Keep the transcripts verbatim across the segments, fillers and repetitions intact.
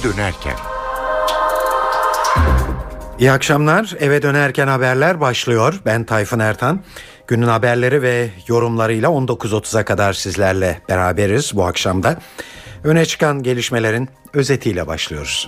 dönerken. İyi akşamlar. Eve dönerken haberler başlıyor. Ben Tayfun Ertan. Günün haberleri ve yorumlarıyla on dokuz otuza kadar sizlerle beraberiz bu akşamda. Öne çıkan gelişmelerin özetiyle başlıyoruz.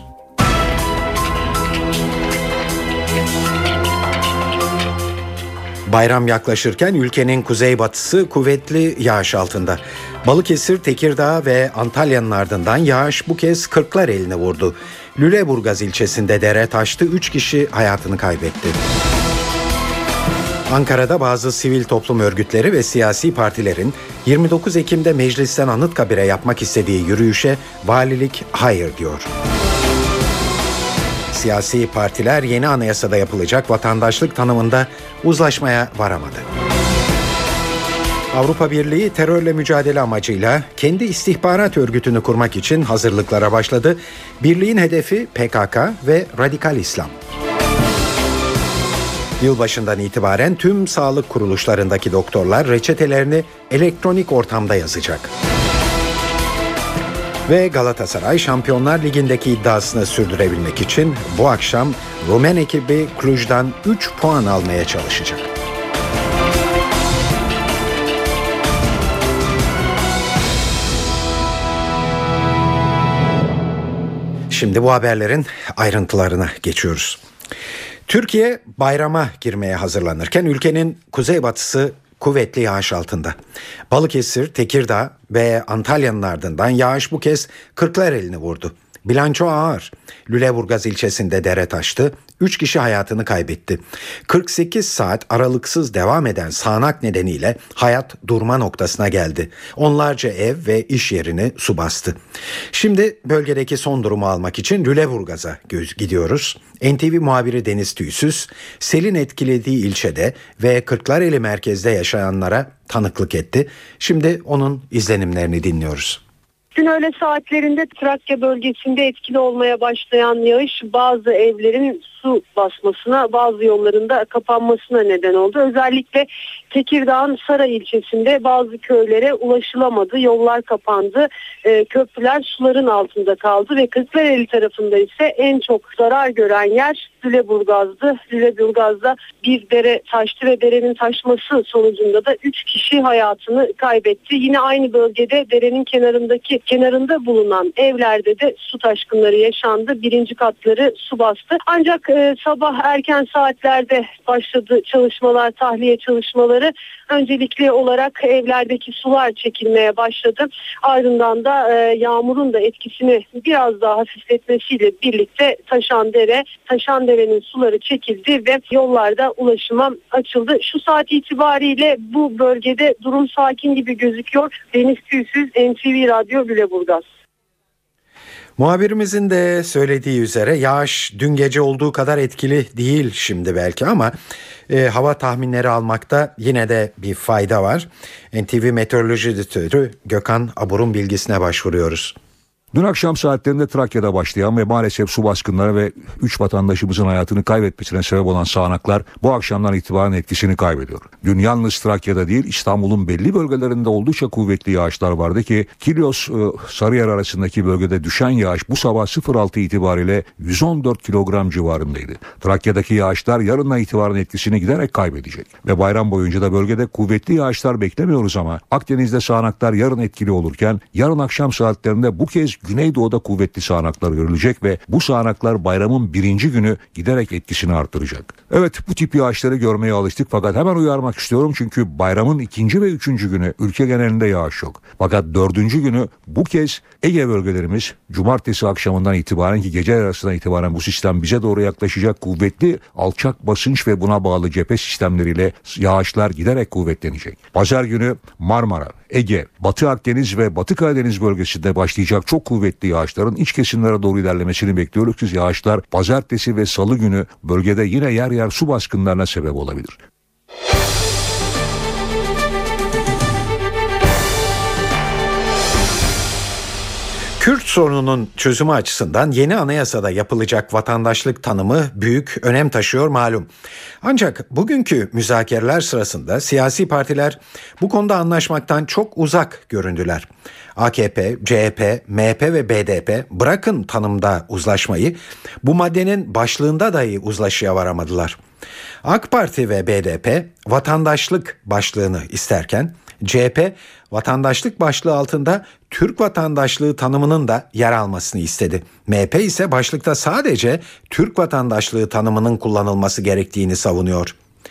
Bayram yaklaşırken ülkenin kuzeybatısı kuvvetli yağış altında. Balıkesir, Tekirdağ ve Antalya'nın ardından yağış bu kez Kırklareli'ne vurdu. Lüleburgaz ilçesinde dere taştı, üç kişi hayatını kaybetti. Ankara'da bazı sivil toplum örgütleri ve siyasi partilerin yirmi dokuz Ekim'de meclisten Anıtkabir'e yapmak istediği yürüyüşe valilik hayır diyor. Siyasi partiler yeni anayasada yapılacak vatandaşlık tanımında uzlaşmaya varamadı. Avrupa Birliği terörle mücadele amacıyla kendi istihbarat örgütünü kurmak için hazırlıklara başladı. Birliğin hedefi P K K ve Radikal İslam. Yılbaşından itibaren tüm sağlık kuruluşlarındaki doktorlar reçetelerini elektronik ortamda yazacak. Ve Galatasaray Şampiyonlar Ligi'ndeki iddiasını sürdürebilmek için bu akşam Rumen ekibi Cluj'dan üç puan almaya çalışacak. Şimdi bu haberlerin ayrıntılarına geçiyoruz. Türkiye bayrama girmeye hazırlanırken ülkenin kuzeybatısı kuvvetli yağış altında. Balıkesir, Tekirdağ ve Antalya'nın ardından yağış bu kez Kırklareli'ni vurdu. Bilanço ağır. Lüleburgaz ilçesinde dere taştı. üç kişi hayatını kaybetti. kırk sekiz saat aralıksız devam eden sağanak nedeniyle hayat durma noktasına geldi. Onlarca ev ve iş yerini su bastı. Şimdi bölgedeki son durumu almak için Lüleburgaz'a gidiyoruz. N T V muhabiri Deniz Tüysüz, selin etkilediği ilçede ve Kırklareli merkezde yaşayanlara tanıklık etti. Şimdi onun izlenimlerini dinliyoruz. Dün öğle saatlerinde Trakya bölgesinde etkili olmaya başlayan yağış bazı evlerin su basmasına, bazı yollarında kapanmasına neden oldu. Özellikle Tekirdağ'ın Saray ilçesinde bazı köylere ulaşılamadı, yollar kapandı, e, köprüler suların altında kaldı ve Kırklareli tarafında ise en çok zarar gören yer Lüleburgaz'dı. Lüleburgaz'da bir dere taştı ve derenin taşması sonucunda da üç kişi hayatını kaybetti. Yine aynı bölgede derenin kenarındaki kenarında bulunan evlerde de su taşkınları yaşandı. Birinci katları su bastı. Ancak e, sabah erken saatlerde başladı çalışmalar, tahliye çalışmaları. Öncelikli olarak evlerdeki sular çekilmeye başladı. Ardından da e, yağmurun da etkisini biraz daha hafifletmesiyle birlikte taşan dere, taşan derenin suları çekildi ve yollarda ulaşıma açıldı. Şu saat itibariyle bu bölgede durum sakin gibi gözüküyor. Deniz Tüysüz, N T V Radyo Lüleburgaz. Muhabirimizin de söylediği üzere yağış dün gece olduğu kadar etkili değil şimdi belki ama e, hava tahminleri almakta yine de bir fayda var. N T V Meteoroloji Editörü Gökhan Abur'un bilgisine başvuruyoruz. Dün akşam saatlerinde Trakya'da başlayan ve maalesef su baskınları ve üç vatandaşımızın hayatını kaybetmesine sebep olan sağanaklar bu akşamdan itibaren etkisini kaybediyor. Dün yalnız Trakya'da değil İstanbul'un belli bölgelerinde oldukça kuvvetli yağışlar vardı ki Kilyos Sarıyer arasındaki bölgede düşen yağış bu sabah sıfır altı itibariyle yüz on dört kilogram civarındaydı. Trakya'daki yağışlar yarından itibaren etkisini giderek kaybedecek ve bayram boyunca da bölgede kuvvetli yağışlar beklemiyoruz ama Akdeniz'de sağanaklar yarın etkili olurken yarın akşam saatlerinde bu kez Güneydoğu'da kuvvetli sağanaklar görülecek ve bu sağanaklar bayramın birinci günü giderek etkisini artıracak. Evet, bu tip yağışları görmeye alıştık fakat hemen uyarmak istiyorum çünkü bayramın ikinci ve üçüncü günü ülke genelinde yağış yok. Fakat dördüncü günü bu kez Ege bölgelerimiz cumartesi akşamından itibaren ki gece arasından itibaren bu sistem bize doğru yaklaşacak kuvvetli alçak basınç ve buna bağlı cephe sistemleriyle yağışlar giderek kuvvetlenecek. Pazar günü Marmara, Ege, Batı Akdeniz ve Batı Karadeniz bölgesinde başlayacak çok kuvvetli yağışların iç kesimlere doğru ilerlemesini bekliyoruz ki yağışlar pazartesi ve salı günü bölgede yine yer yer su baskınlarına sebep olabilir. Kürt Kürt sorununun çözümü açısından yeni anayasada yapılacak vatandaşlık tanımı büyük önem taşıyor malum. Ancak bugünkü müzakereler sırasında siyasi partiler bu konuda anlaşmaktan çok uzak göründüler. A K P, C H P, M H P ve B D P bırakın tanımda uzlaşmayı, bu maddenin başlığında dahi uzlaşıya varamadılar. AK Parti ve B D P vatandaşlık başlığını isterken C H P vatandaşlık başlığı altında Türk vatandaşlığı tanımının da yer almasını istedi. M H P ise başlıkta sadece Türk vatandaşlığı tanımının kullanılması gerektiğini savunuyor.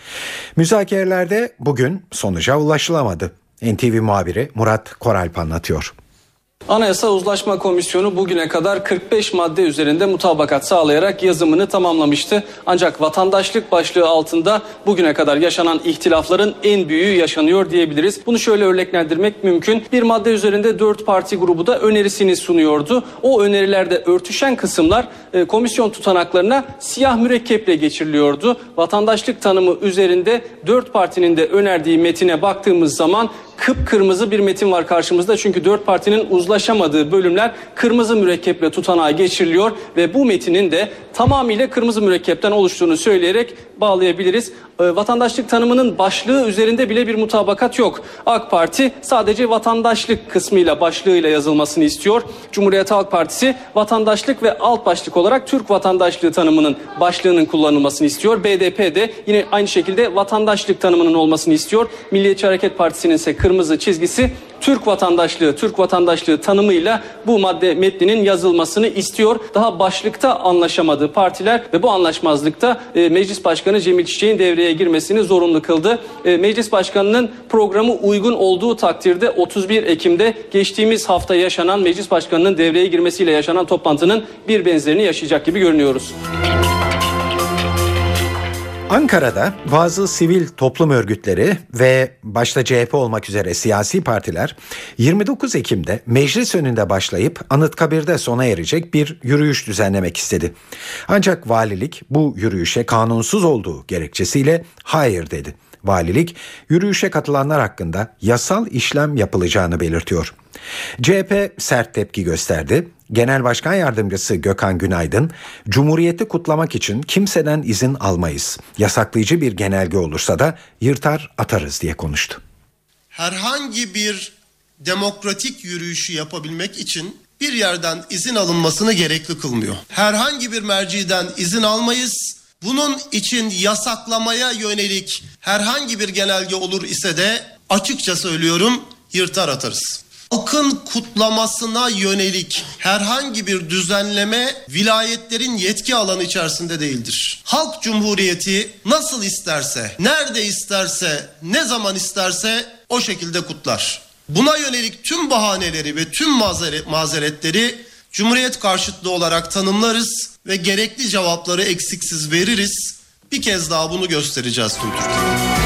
Müzakerelerde bugün sonuca ulaşılamadı. N T V muhabiri Murat Koralp anlatıyor. Anayasa Uzlaşma Komisyonu bugüne kadar kırk beş madde üzerinde mutabakat sağlayarak yazımını tamamlamıştı. Ancak vatandaşlık başlığı altında bugüne kadar yaşanan ihtilafların en büyüğü yaşanıyor diyebiliriz. Bunu şöyle örneklendirmek mümkün. Bir madde üzerinde dört parti grubu da önerisini sunuyordu. O önerilerde örtüşen kısımlar komisyon tutanaklarına siyah mürekkeple geçiriliyordu. Vatandaşlık tanımı üzerinde dört partinin de önerdiği metine baktığımız zaman kıpkırmızı bir metin var karşımızda. Çünkü dört partinin uzlaşamadığı bölümler kırmızı mürekkeple tutanağa geçiriliyor ve bu metinin de tamamıyla kırmızı mürekkepten oluştuğunu söyleyerek bağlayabiliriz. Vatandaşlık tanımının başlığı üzerinde bile bir mutabakat yok. AK Parti sadece vatandaşlık kısmıyla, başlığıyla yazılmasını istiyor. Cumhuriyet Halk Partisi vatandaşlık ve alt başlık olarak Türk vatandaşlığı tanımının başlığının kullanılmasını istiyor. B D P de yine aynı şekilde vatandaşlık tanımının olmasını istiyor. Milliyetçi Hareket Partisi'nin ise kırmızı çizgisi Türk vatandaşlığı, Türk vatandaşlığı tanımıyla bu madde metninin yazılmasını istiyor. Daha başlıkta anlaşamadığı partiler ve bu anlaşmazlıkta e, Meclis Başkanı Cemil Çiçek'in devreye girmesini zorunlu kıldı. E, Meclis Başkanı'nın programı uygun olduğu takdirde otuz bir Ekim'de geçtiğimiz hafta yaşanan Meclis Başkanı'nın devreye girmesiyle yaşanan toplantının bir benzerini yaşayacak gibi görünüyoruz. Ankara'da bazı sivil toplum örgütleri ve başta C H P olmak üzere siyasi partiler yirmi dokuz Ekim'de meclis önünde başlayıp Anıtkabir'de sona erecek bir yürüyüş düzenlemek istedi. Ancak valilik bu yürüyüşe kanunsuz olduğu gerekçesiyle hayır dedi. Valilik yürüyüşe katılanlar hakkında yasal işlem yapılacağını belirtiyor. C H P sert tepki gösterdi. Genel Başkan Yardımcısı Gökhan Günaydın, Cumhuriyeti kutlamak için kimseden izin almayız. Yasaklayıcı bir genelge olursa da yırtar atarız diye konuştu. Herhangi bir demokratik yürüyüşü yapabilmek için bir yerden izin alınmasını gerekli kılmıyor. Herhangi bir merciden izin almayız. Bunun için yasaklamaya yönelik herhangi bir genelge olur ise de açıkça söylüyorum yırtar atarız. Halkın kutlamasına yönelik herhangi bir düzenleme vilayetlerin yetki alanı içerisinde değildir. Halk Cumhuriyeti nasıl isterse, nerede isterse, ne zaman isterse o şekilde kutlar. Buna yönelik tüm bahaneleri ve tüm mazeret, mazeretleri Cumhuriyet karşıtlığı olarak tanımlarız ve gerekli cevapları eksiksiz veririz. Bir kez daha bunu göstereceğiz tüm Türkiye'ye.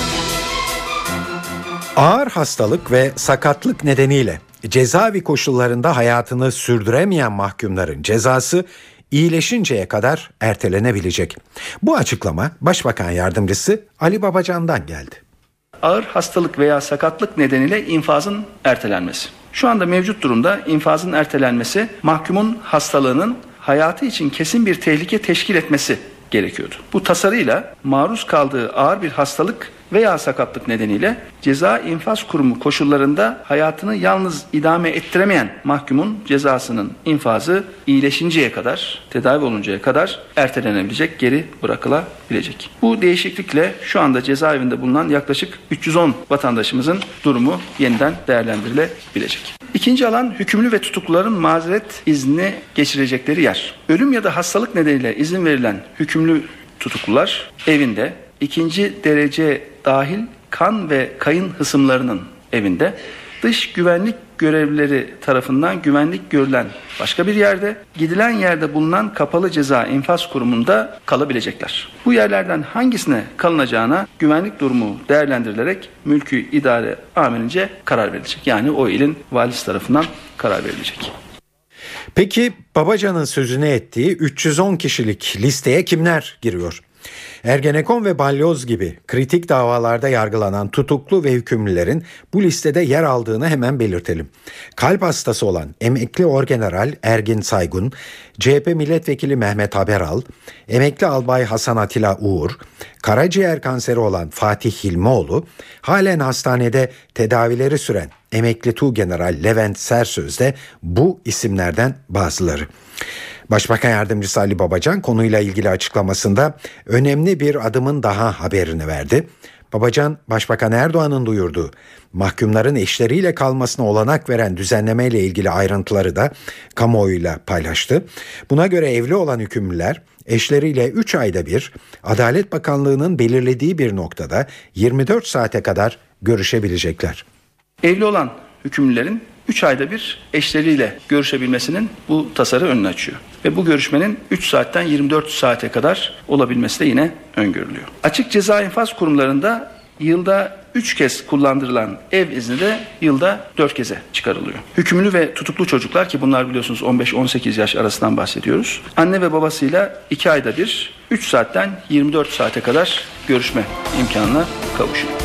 Ağır hastalık ve sakatlık nedeniyle cezaevi koşullarında hayatını sürdüremeyen mahkumların cezası iyileşinceye kadar ertelenebilecek. Bu açıklama Başbakan Yardımcısı Ali Babacan'dan geldi. Ağır hastalık veya sakatlık nedeniyle infazın ertelenmesi. Şu anda mevcut durumda infazın ertelenmesi mahkumun hastalığının hayatı için kesin bir tehlike teşkil etmesi gerekiyordu. Bu tasarıyla maruz kaldığı ağır bir hastalık veya sakatlık nedeniyle ceza infaz kurumu koşullarında hayatını yalnız idame ettiremeyen mahkumun cezasının infazı iyileşinceye kadar, tedavi oluncaya kadar ertelenebilecek, geri bırakılabilecek. Bu değişiklikle şu anda cezaevinde bulunan yaklaşık üç yüz on vatandaşımızın durumu yeniden değerlendirilebilecek. İkinci alan hükümlü ve tutukluların mazeret izni geçirecekleri yer. Ölüm ya da hastalık nedeniyle izin verilen hükümlü tutuklular evinde, ikinci derece dahil kan ve kayın hısımlarının evinde, dış güvenlik görevlileri tarafından güvenlik görülen başka bir yerde, gidilen yerde bulunan kapalı ceza infaz kurumunda kalabilecekler. Bu yerlerden hangisine kalınacağına güvenlik durumu değerlendirilerek mülkü idare amirince karar verilecek. Yani o ilin valisi tarafından karar verilecek. Peki Babacan'ın sözünü ettiği üç yüz on kişilik listeye kimler giriyor? Ergenekon ve balyoz gibi kritik davalarda yargılanan tutuklu ve hükümlülerin bu listede yer aldığını hemen belirtelim. Kalp hastası olan emekli orgeneral Ergin Saygun, C H P milletvekili Mehmet Haberal, emekli albay Hasan Atilla Uğur, karaciğer kanseri olan Fatih Hilmioğlu, halen hastanede tedavileri süren emekli Tuğgeneral Levent Sersöz de bu isimlerden bazıları. Başbakan Yardımcısı Ali Babacan konuyla ilgili açıklamasında önemli bir adımın daha haberini verdi. Babacan, Başbakan Erdoğan'ın duyurduğu mahkumların eşleriyle kalmasına olanak veren düzenlemeyle ilgili ayrıntıları da kamuoyuyla paylaştı. Buna göre evli olan hükümlüler eşleriyle üç ayda bir Adalet Bakanlığı'nın belirlediği bir noktada yirmi dört saate kadar görüşebilecekler. Evli olan hükümlülerin üç ayda bir eşleriyle görüşebilmesinin bu tasarı önünü açıyor. Ve bu görüşmenin üç saatten yirmi dört saate kadar olabilmesi de yine öngörülüyor. Açık ceza infaz kurumlarında yılda üç kez kullandırılan ev izni de yılda dört keze çıkarılıyor. Hükümlü ve tutuklu çocuklar, ki bunlar biliyorsunuz on beş on sekiz yaş arasından bahsediyoruz, anne ve babasıyla iki ayda bir üç saatten yirmi dört saate kadar görüşme imkanına kavuşuyor.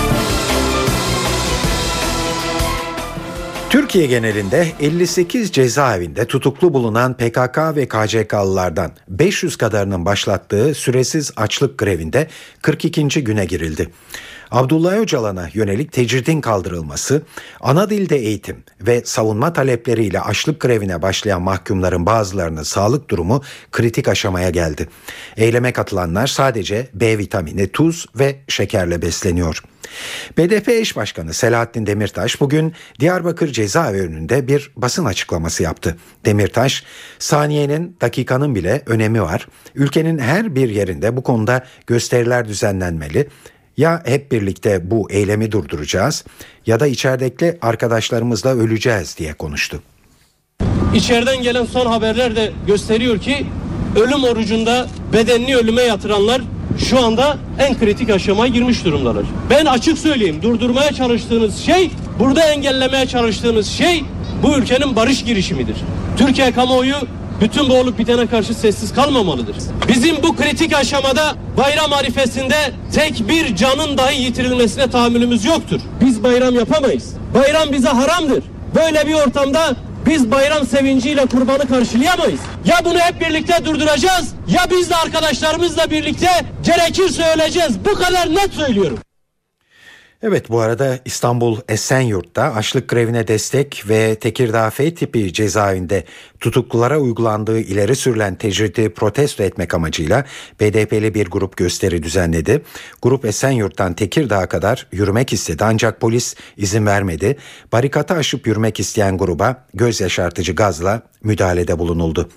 Türkiye genelinde elli sekiz cezaevinde tutuklu bulunan P K K ve K C K'lılardan beş yüz kadarının başlattığı süresiz açlık grevinde kırk ikinci güne girildi. Abdullah Öcalan'a yönelik tecridin kaldırılması, ana dilde eğitim ve savunma talepleriyle açlık grevine başlayan mahkumların bazılarının sağlık durumu kritik aşamaya geldi. Eyleme katılanlar sadece B vitamini, tuz ve şekerle besleniyor. B D P eş başkanı Selahattin Demirtaş bugün Diyarbakır cezaevi önünde bir basın açıklaması yaptı. Demirtaş, saniyenin, dakikanın bile önemi var. Ülkenin her bir yerinde bu konuda gösteriler düzenlenmeli. Ya hep birlikte bu eylemi durduracağız ya da içerideki arkadaşlarımızla öleceğiz diye konuştu. İçeriden gelen son haberler de gösteriyor ki ölüm orucunda bedenini ölüme yatıranlar şu anda en kritik aşamaya girmiş durumdalar. Ben açık söyleyeyim, durdurmaya çalıştığınız şey, burada engellemeye çalıştığınız şey bu ülkenin barış girişimidir. Türkiye kamuoyu bütün bu olup bitene karşı sessiz kalmamalıdır. Bizim bu kritik aşamada bayram arifesinde tek bir canın dahi yitirilmesine tahammülümüz yoktur. Biz bayram yapamayız. Bayram bize haramdır. Böyle bir ortamda biz bayram sevinciyle kurbanı karşılayamayız. Ya bunu hep birlikte durduracağız ya biz de arkadaşlarımızla birlikte gerekirse öleceğiz. Bu kadar net söylüyorum. Evet, bu arada İstanbul Esenyurt'ta açlık grevine destek ve Tekirdağ F tipi cezaevinde tutuklulara uygulandığı ileri sürülen tecridi protesto etmek amacıyla B D P'li bir grup gösteri düzenledi. Grup Esenyurt'tan Tekirdağ'a kadar yürümek istedi ancak polis izin vermedi. Barikatı aşıp yürümek isteyen gruba göz yaşartıcı gazla müdahalede bulunuldu.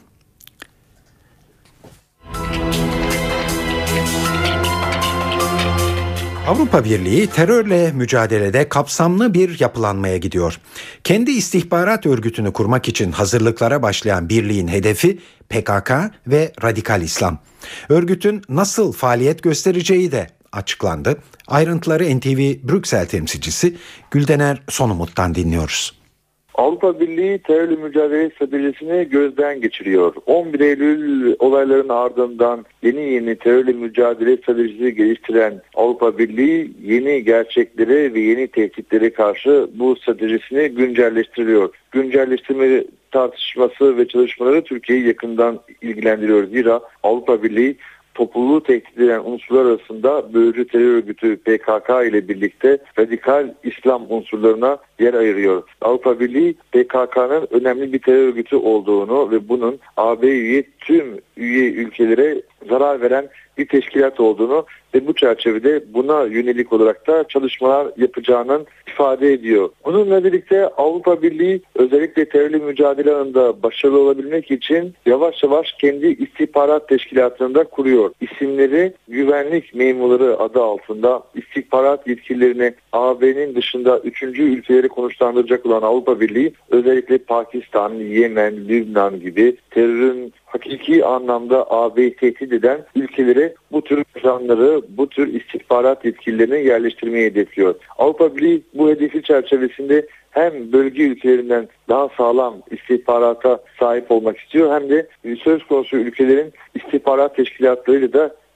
Avrupa Birliği terörle mücadelede kapsamlı bir yapılanmaya gidiyor. Kendi istihbarat örgütünü kurmak için hazırlıklara başlayan birliğin hedefi P K K ve Radikal İslam. Örgütün nasıl faaliyet göstereceği de açıklandı. Ayrıntıları N T V Brüksel temsilcisi Güldener Sonumut'tan dinliyoruz. Avrupa Birliği terörle mücadele stratejisini gözden geçiriyor. on bir Eylül olaylarının ardından yeni yeni terörle mücadele stratejisi geliştiren Avrupa Birliği yeni gerçeklere ve yeni tehditlere karşı bu stratejisini güncelleştiriyor. Güncelleştirme tartışması ve çalışmaları Türkiye'yi yakından ilgilendiriyor. Zira Avrupa Birliği topluluğu tehdit eden unsurlar arasında bölücü terör örgütü P K K ile birlikte radikal İslam unsurlarına yer ayırıyor. Avrupa Birliği P K K'nın önemli bir terör örgütü olduğunu ve bunun A B üye tüm üye ülkelere zarar veren bir teşkilat olduğunu ve bu çerçevede buna yönelik olarak da çalışmalar yapacağının ifade ediyor. Bununla birlikte Avrupa Birliği özellikle terörle mücadele alanında başarılı olabilmek için yavaş yavaş kendi istihbarat teşkilatını da kuruyor. İsimleri güvenlik memurları adı altında istihbarat yetkililerini A B'nin dışında üçüncü ülkeleri konuşlandıracak olan Avrupa Birliği özellikle Pakistan, Yemen, Lübnan gibi terörün hakiki anlamda A B'yi tehdit eden ülkelere bu tür planları, bu tür istihbarat yetkililerini yerleştirmeyi hedefliyor. Avrupa Birliği bu hedefi çerçevesinde hem bölge ülkelerinden daha sağlam istihbarata sahip olmak istiyor hem de söz konusu ülkelerin istihbarat teşkilatlarıyla da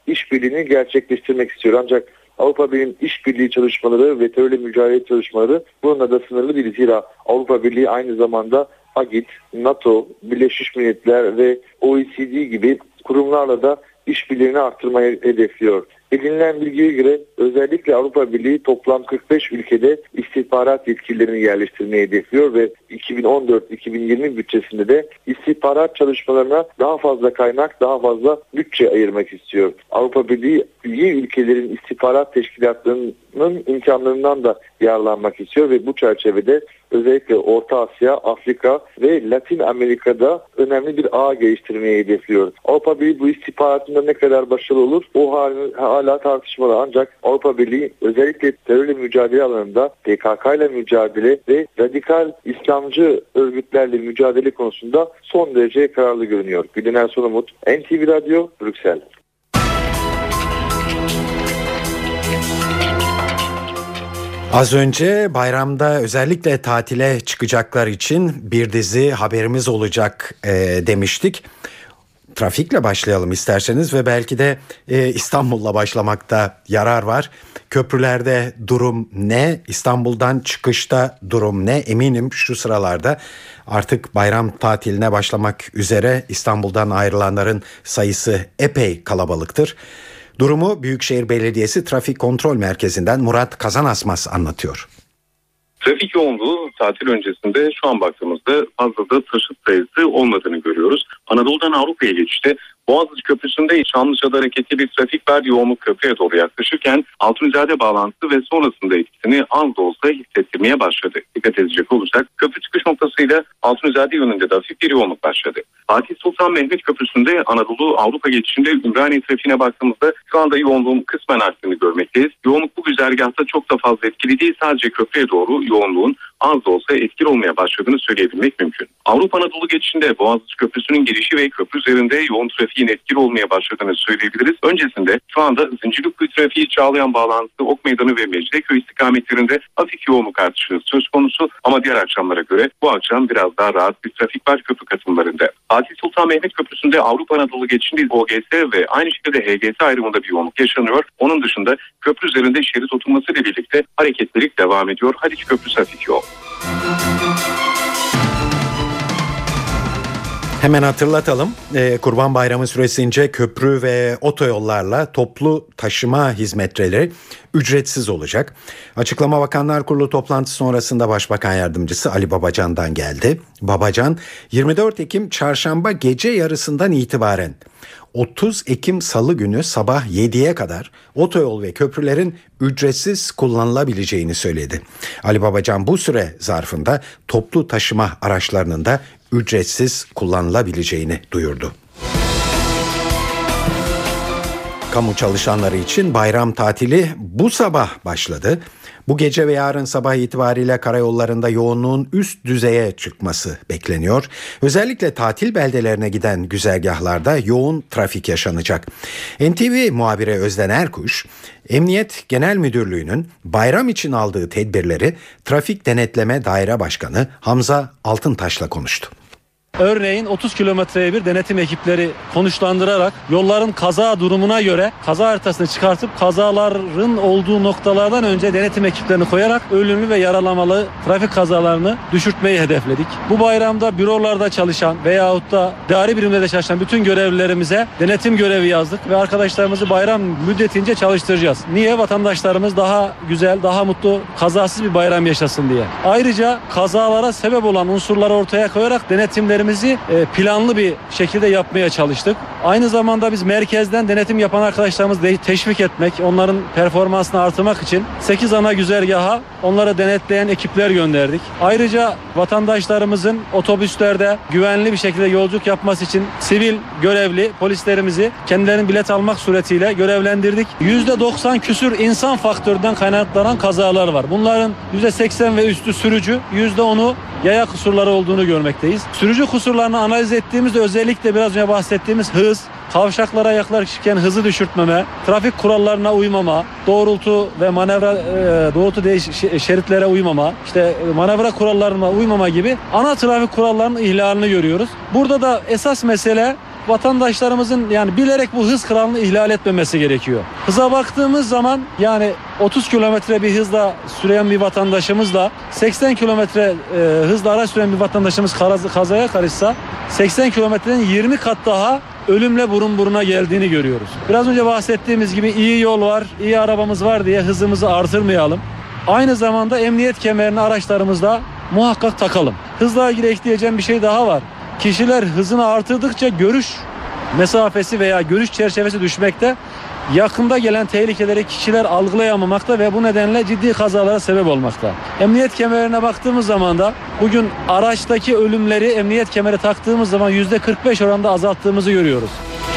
işbirliğini gerçekleştirmek istiyor. Ancak Avrupa Birliği'nin işbirliği çalışmaları ve terörle mücadele çalışmaları bununla da sınırlı değil. Zira Avrupa Birliği aynı zamanda A G İ T, NATO, Birleşmiş Milletler ve O E C D gibi kurumlarla da işbirliğini arttırmayı hedefliyor. Edinilen bilgiye göre özellikle Avrupa Birliği toplam kırk beş ülkede istihbarat yetkililerini yerleştirmeyi hedefliyor ve iki bin on dört iki bin yirmi bütçesinde de istihbarat çalışmalarına daha fazla kaynak, daha fazla bütçe ayırmak istiyor. Avrupa Birliği üye ülkelerin istihbarat teşkilatlarının imkanlarından da yararlanmak istiyor ve bu çerçevede özellikle Orta Asya, Afrika ve Latin Amerika'da önemli bir ağ geliştirmeyi hedefliyor. Avrupa Birliği bu istihbaratında ne kadar başarılı olur o hala tartışmalı, ancak Avrupa Birliği özellikle terörle mücadele alanında P K K ile mücadele ve radikal İslamcı örgütlerle mücadele konusunda son derece kararlı görünüyor. Gülener Sonumut, N T V Radyo, Brüksel. Az önce bayramda özellikle tatile çıkacaklar için bir dizi haberimiz olacak e, demiştik. Trafikle başlayalım isterseniz ve belki de e, İstanbul'la başlamakta yarar var. Köprülerde durum ne? İstanbul'dan çıkışta durum ne? Eminim şu sıralarda artık bayram tatiline başlamak üzere İstanbul'dan ayrılanların sayısı epey kalabalıktır. Durumu Büyükşehir Belediyesi Trafik Kontrol Merkezi'nden Murat Kazanasmaz anlatıyor. Trafik yoğunluğu tatil öncesinde şu an baktığımızda fazla da taşıt sayısı olmadığını görüyoruz. Anadolu'dan Avrupa'ya geçişte Boğaziçi Köprüsü'nde Çamlıca'da hareketli bir trafik var. Yoğunluk köprüye doğru yaklaşırken Altunizade bağlantısı ve sonrasında etkisini az da olsa hissettirmeye başladı. Dikkat edecek olursak köprü çıkış noktasıyla Altunizade yönünde de hafif bir yoğunluk başladı. Fatih Sultan Mehmet Köprüsü'nde Anadolu Avrupa geçişinde Ümraniye trafiğine baktığımızda şu anda yoğunluğun kısmen arttığını görmekteyiz. Yoğunluk bu güzergahta çok da fazla etkili değil, sadece köprüye doğru yoğunluğun az da olsa etkili olmaya başladığını söyleyebilmek mümkün. Avrupa Anadolu geçişinde Boğaziçi Köprüsü'nün girişi ve köprü üzerinde yoğun trafiğin etkili olmaya başladığını söyleyebiliriz. Öncesinde şu anda Zincirlikuyu trafiği Çağlayan bağlantısı Ok Meydanı ve Mecidiyeköy istikametlerinde hafif yoğunluk artışı söz konusu ama diğer akşamlara göre bu akşam biraz daha rahat bir trafik var köprü katılımlarında. Fatih Sultan Mehmet Köprüsü'nde Avrupa Anadolu geçişinde O G S ve aynı şekilde H G S ayrımında bir yoğunluk yaşanıyor. Onun dışında köprü üzerinde şerit oturması ile birlikte hareketlilik devam ediyor. Haliç Köprüsü hafif yoğun. Hemen hatırlatalım. Ee, Kurban Bayramı süresince köprü ve otoyollarla toplu taşıma hizmetleri ücretsiz olacak. Açıklama Bakanlar Kurulu toplantısı sonrasında Başbakan Yardımcısı Ali Babacan'dan geldi. Babacan, yirmi dört Ekim Çarşamba gece yarısından itibaren otuz Ekim Salı günü sabah yediye kadar otoyol ve köprülerin ücretsiz kullanılabileceğini söyledi. Ali Babacan bu süre zarfında toplu taşıma araçlarının da ücretsiz kullanılabileceğini duyurdu. Kamu çalışanları için bayram tatili bu sabah başladı. Bu gece ve yarın sabah itibariyle karayollarında yoğunluğun üst düzeye çıkması bekleniyor. Özellikle tatil beldelerine giden güzergahlarda yoğun trafik yaşanacak. N T V muhabiri Özden Erkuş, Emniyet Genel Müdürlüğü'nün bayram için aldığı tedbirleri Trafik Denetleme Daire Başkanı Hamza Altıntaş'la konuştu. Örneğin otuz kilometreye bir denetim ekipleri konuşlandırarak yolların kaza durumuna göre kaza haritasını çıkartıp kazaların olduğu noktalardan önce denetim ekiplerini koyarak ölümlü ve yaralamalı trafik kazalarını düşürtmeyi hedefledik. Bu bayramda bürolarda çalışan veyahut da idari birimlerde çalışan bütün görevlilerimize denetim görevi yazdık ve arkadaşlarımızı bayram müddetince çalıştıracağız. Niye? Vatandaşlarımız daha güzel, daha mutlu, kazasız bir bayram yaşasın diye. Ayrıca kazalara sebep olan unsurları ortaya koyarak denetimleri planlı bir şekilde yapmaya çalıştık. Aynı zamanda biz merkezden denetim yapan arkadaşlarımızı teşvik etmek, onların performansını artırmak için sekiz ana güzergaha onları denetleyen ekipler gönderdik. Ayrıca vatandaşlarımızın otobüslerde güvenli bir şekilde yolculuk yapması için sivil görevli polislerimizi kendilerinin bilet almak suretiyle görevlendirdik. yüzde doksan küsür insan faktöründen kaynaklanan kazalar var. Bunların yüzde seksen ve üstü sürücü, yüzde onu yaya kusurları olduğunu görmekteyiz. Sürücü kusurlarını analiz ettiğimizde özellikle biraz önce bahsettiğimiz hız, kavşaklara yaklaşırken hızı düşürtmeme, trafik kurallarına uymama, doğrultu ve manevra e, doğrultu değiş şeritlere uymama, işte manevra kurallarına uymama gibi ana trafik kurallarının ihlalini görüyoruz. Burada da esas mesele vatandaşlarımızın yani bilerek bu hız kuralını ihlal etmemesi gerekiyor. Hıza baktığımız zaman yani otuz kilometre bir hızla süren bir vatandaşımızla seksen kilometre e, hızla araç süren bir vatandaşımız kazaya karışsa seksen kilometrenin yirmi kat daha ölümle burun buruna geldiğini görüyoruz. Biraz önce bahsettiğimiz gibi iyi yol var, iyi arabamız var diye hızımızı artırmayalım. Aynı zamanda emniyet kemerini araçlarımızda muhakkak takalım. Hızla ilgili ekleyeceğim bir şey daha var. Kişiler hızını artırdıkça görüş mesafesi veya görüş çerçevesi düşmekte. Yakında gelen tehlikeleri kişiler algılayamamakta ve bu nedenle ciddi kazalara sebep olmakta. Emniyet kemerine baktığımız zaman da bugün araçtaki ölümleri emniyet kemeri taktığımız zaman yüzde kırk beş oranda azalttığımızı görüyoruz.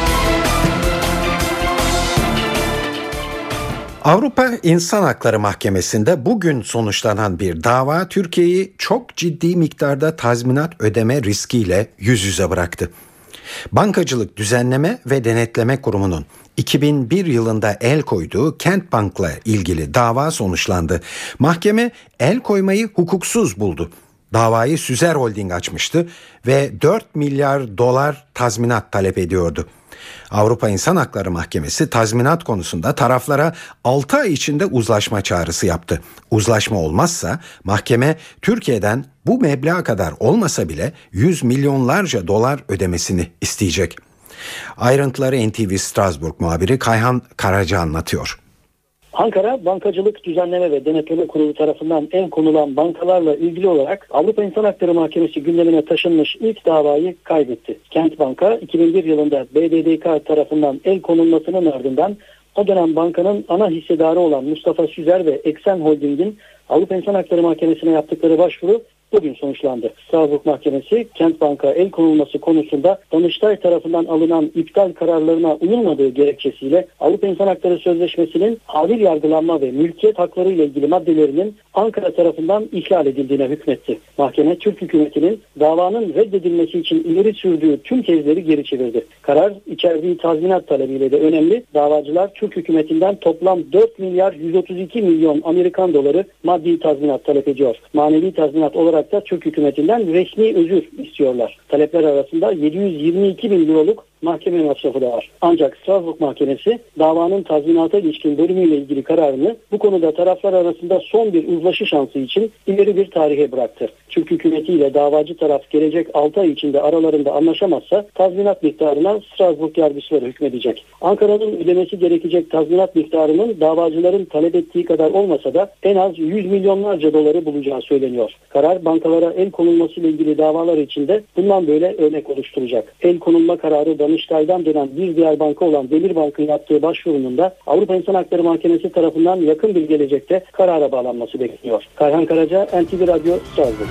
Avrupa İnsan Hakları Mahkemesi'nde bugün sonuçlanan bir dava Türkiye'yi çok ciddi miktarda tazminat ödeme riskiyle yüz yüze bıraktı. Bankacılık Düzenleme ve Denetleme Kurumu'nun iki bin bir yılında el koyduğu Kent Bank'la ilgili dava sonuçlandı. Mahkeme el koymayı hukuksuz buldu. Davayı Süzer Holding açmıştı ve dört milyar dolar tazminat talep ediyordu. Avrupa İnsan Hakları Mahkemesi tazminat konusunda taraflara altı ay içinde uzlaşma çağrısı yaptı. Uzlaşma olmazsa mahkeme Türkiye'den bu meblağa kadar olmasa bile yüz milyonlarca dolar ödemesini isteyecek. Ayrıntıları N T V Strasbourg muhabiri Kayhan Karaca anlatıyor. Ankara Bankacılık Düzenleme ve Denetleme Kurulu tarafından el konulan bankalarla ilgili olarak Avrupa İnsan Hakları Mahkemesi gündemine taşınmış ilk davayı kaybetti. Kent Banka iki bin bir yılında B D D K tarafından el konulmasının ardından o dönem bankanın ana hissedarı olan Mustafa Süzer ve Eksen Holding'in Avrupa İnsan Hakları Mahkemesi'ne yaptıkları başvuru bugün sonuçlandı. Strasbourg Mahkemesi Kent Bank'a el konulması konusunda Danıştay tarafından alınan iptal kararlarına uyulmadığı gerekçesiyle Avrupa İnsan Hakları Sözleşmesi'nin adil yargılanma ve mülkiyet hakları ile ilgili maddelerinin Ankara tarafından ihlal edildiğine hükmetti. Mahkeme Türk hükümetinin davanın reddedilmesi için ileri sürdüğü tüm tezleri geri çevirdi. Karar içerdiği tazminat talebiyle de önemli. Davacılar Türk hükümetinden toplam dört milyar yüz otuz iki milyon Amerikan doları maddi tazminat talep ediyor. Manevi tazminat olarak da Türk hükümetinden resmi özür istiyorlar. Talepler arasında yedi yüz yirmi iki bin liralık mahkeme masrafı da var. Ancak Strasbourg Mahkemesi davanın tazminata ilişkin bölümüyle ilgili kararını bu konuda taraflar arasında son bir uzlaşı şansı için ileri bir tarihe bıraktı. Türk hükümetiyle davacı taraf gelecek altı ay içinde aralarında anlaşamazsa tazminat miktarına Strasbourg yargıçları hükmedecek. Ankara'nın ödemesi gerekecek tazminat miktarının davacıların talep ettiği kadar olmasa da en az yüz milyonlarca doları bulacağı söyleniyor. Karar bankalara el konulmasıyla ilgili davalar içinde bundan böyle örnek oluşturacak. El konulma kararı Danıştay'dan dönen bir diğer banka olan Demirbank'ın yaptığı başvurunun da Avrupa İnsan Hakları Mahkemesi tarafından yakın bir gelecekte karara bağlanması bekleniyor. Kayhan Karaca, N T V Radyo, Strasbourg.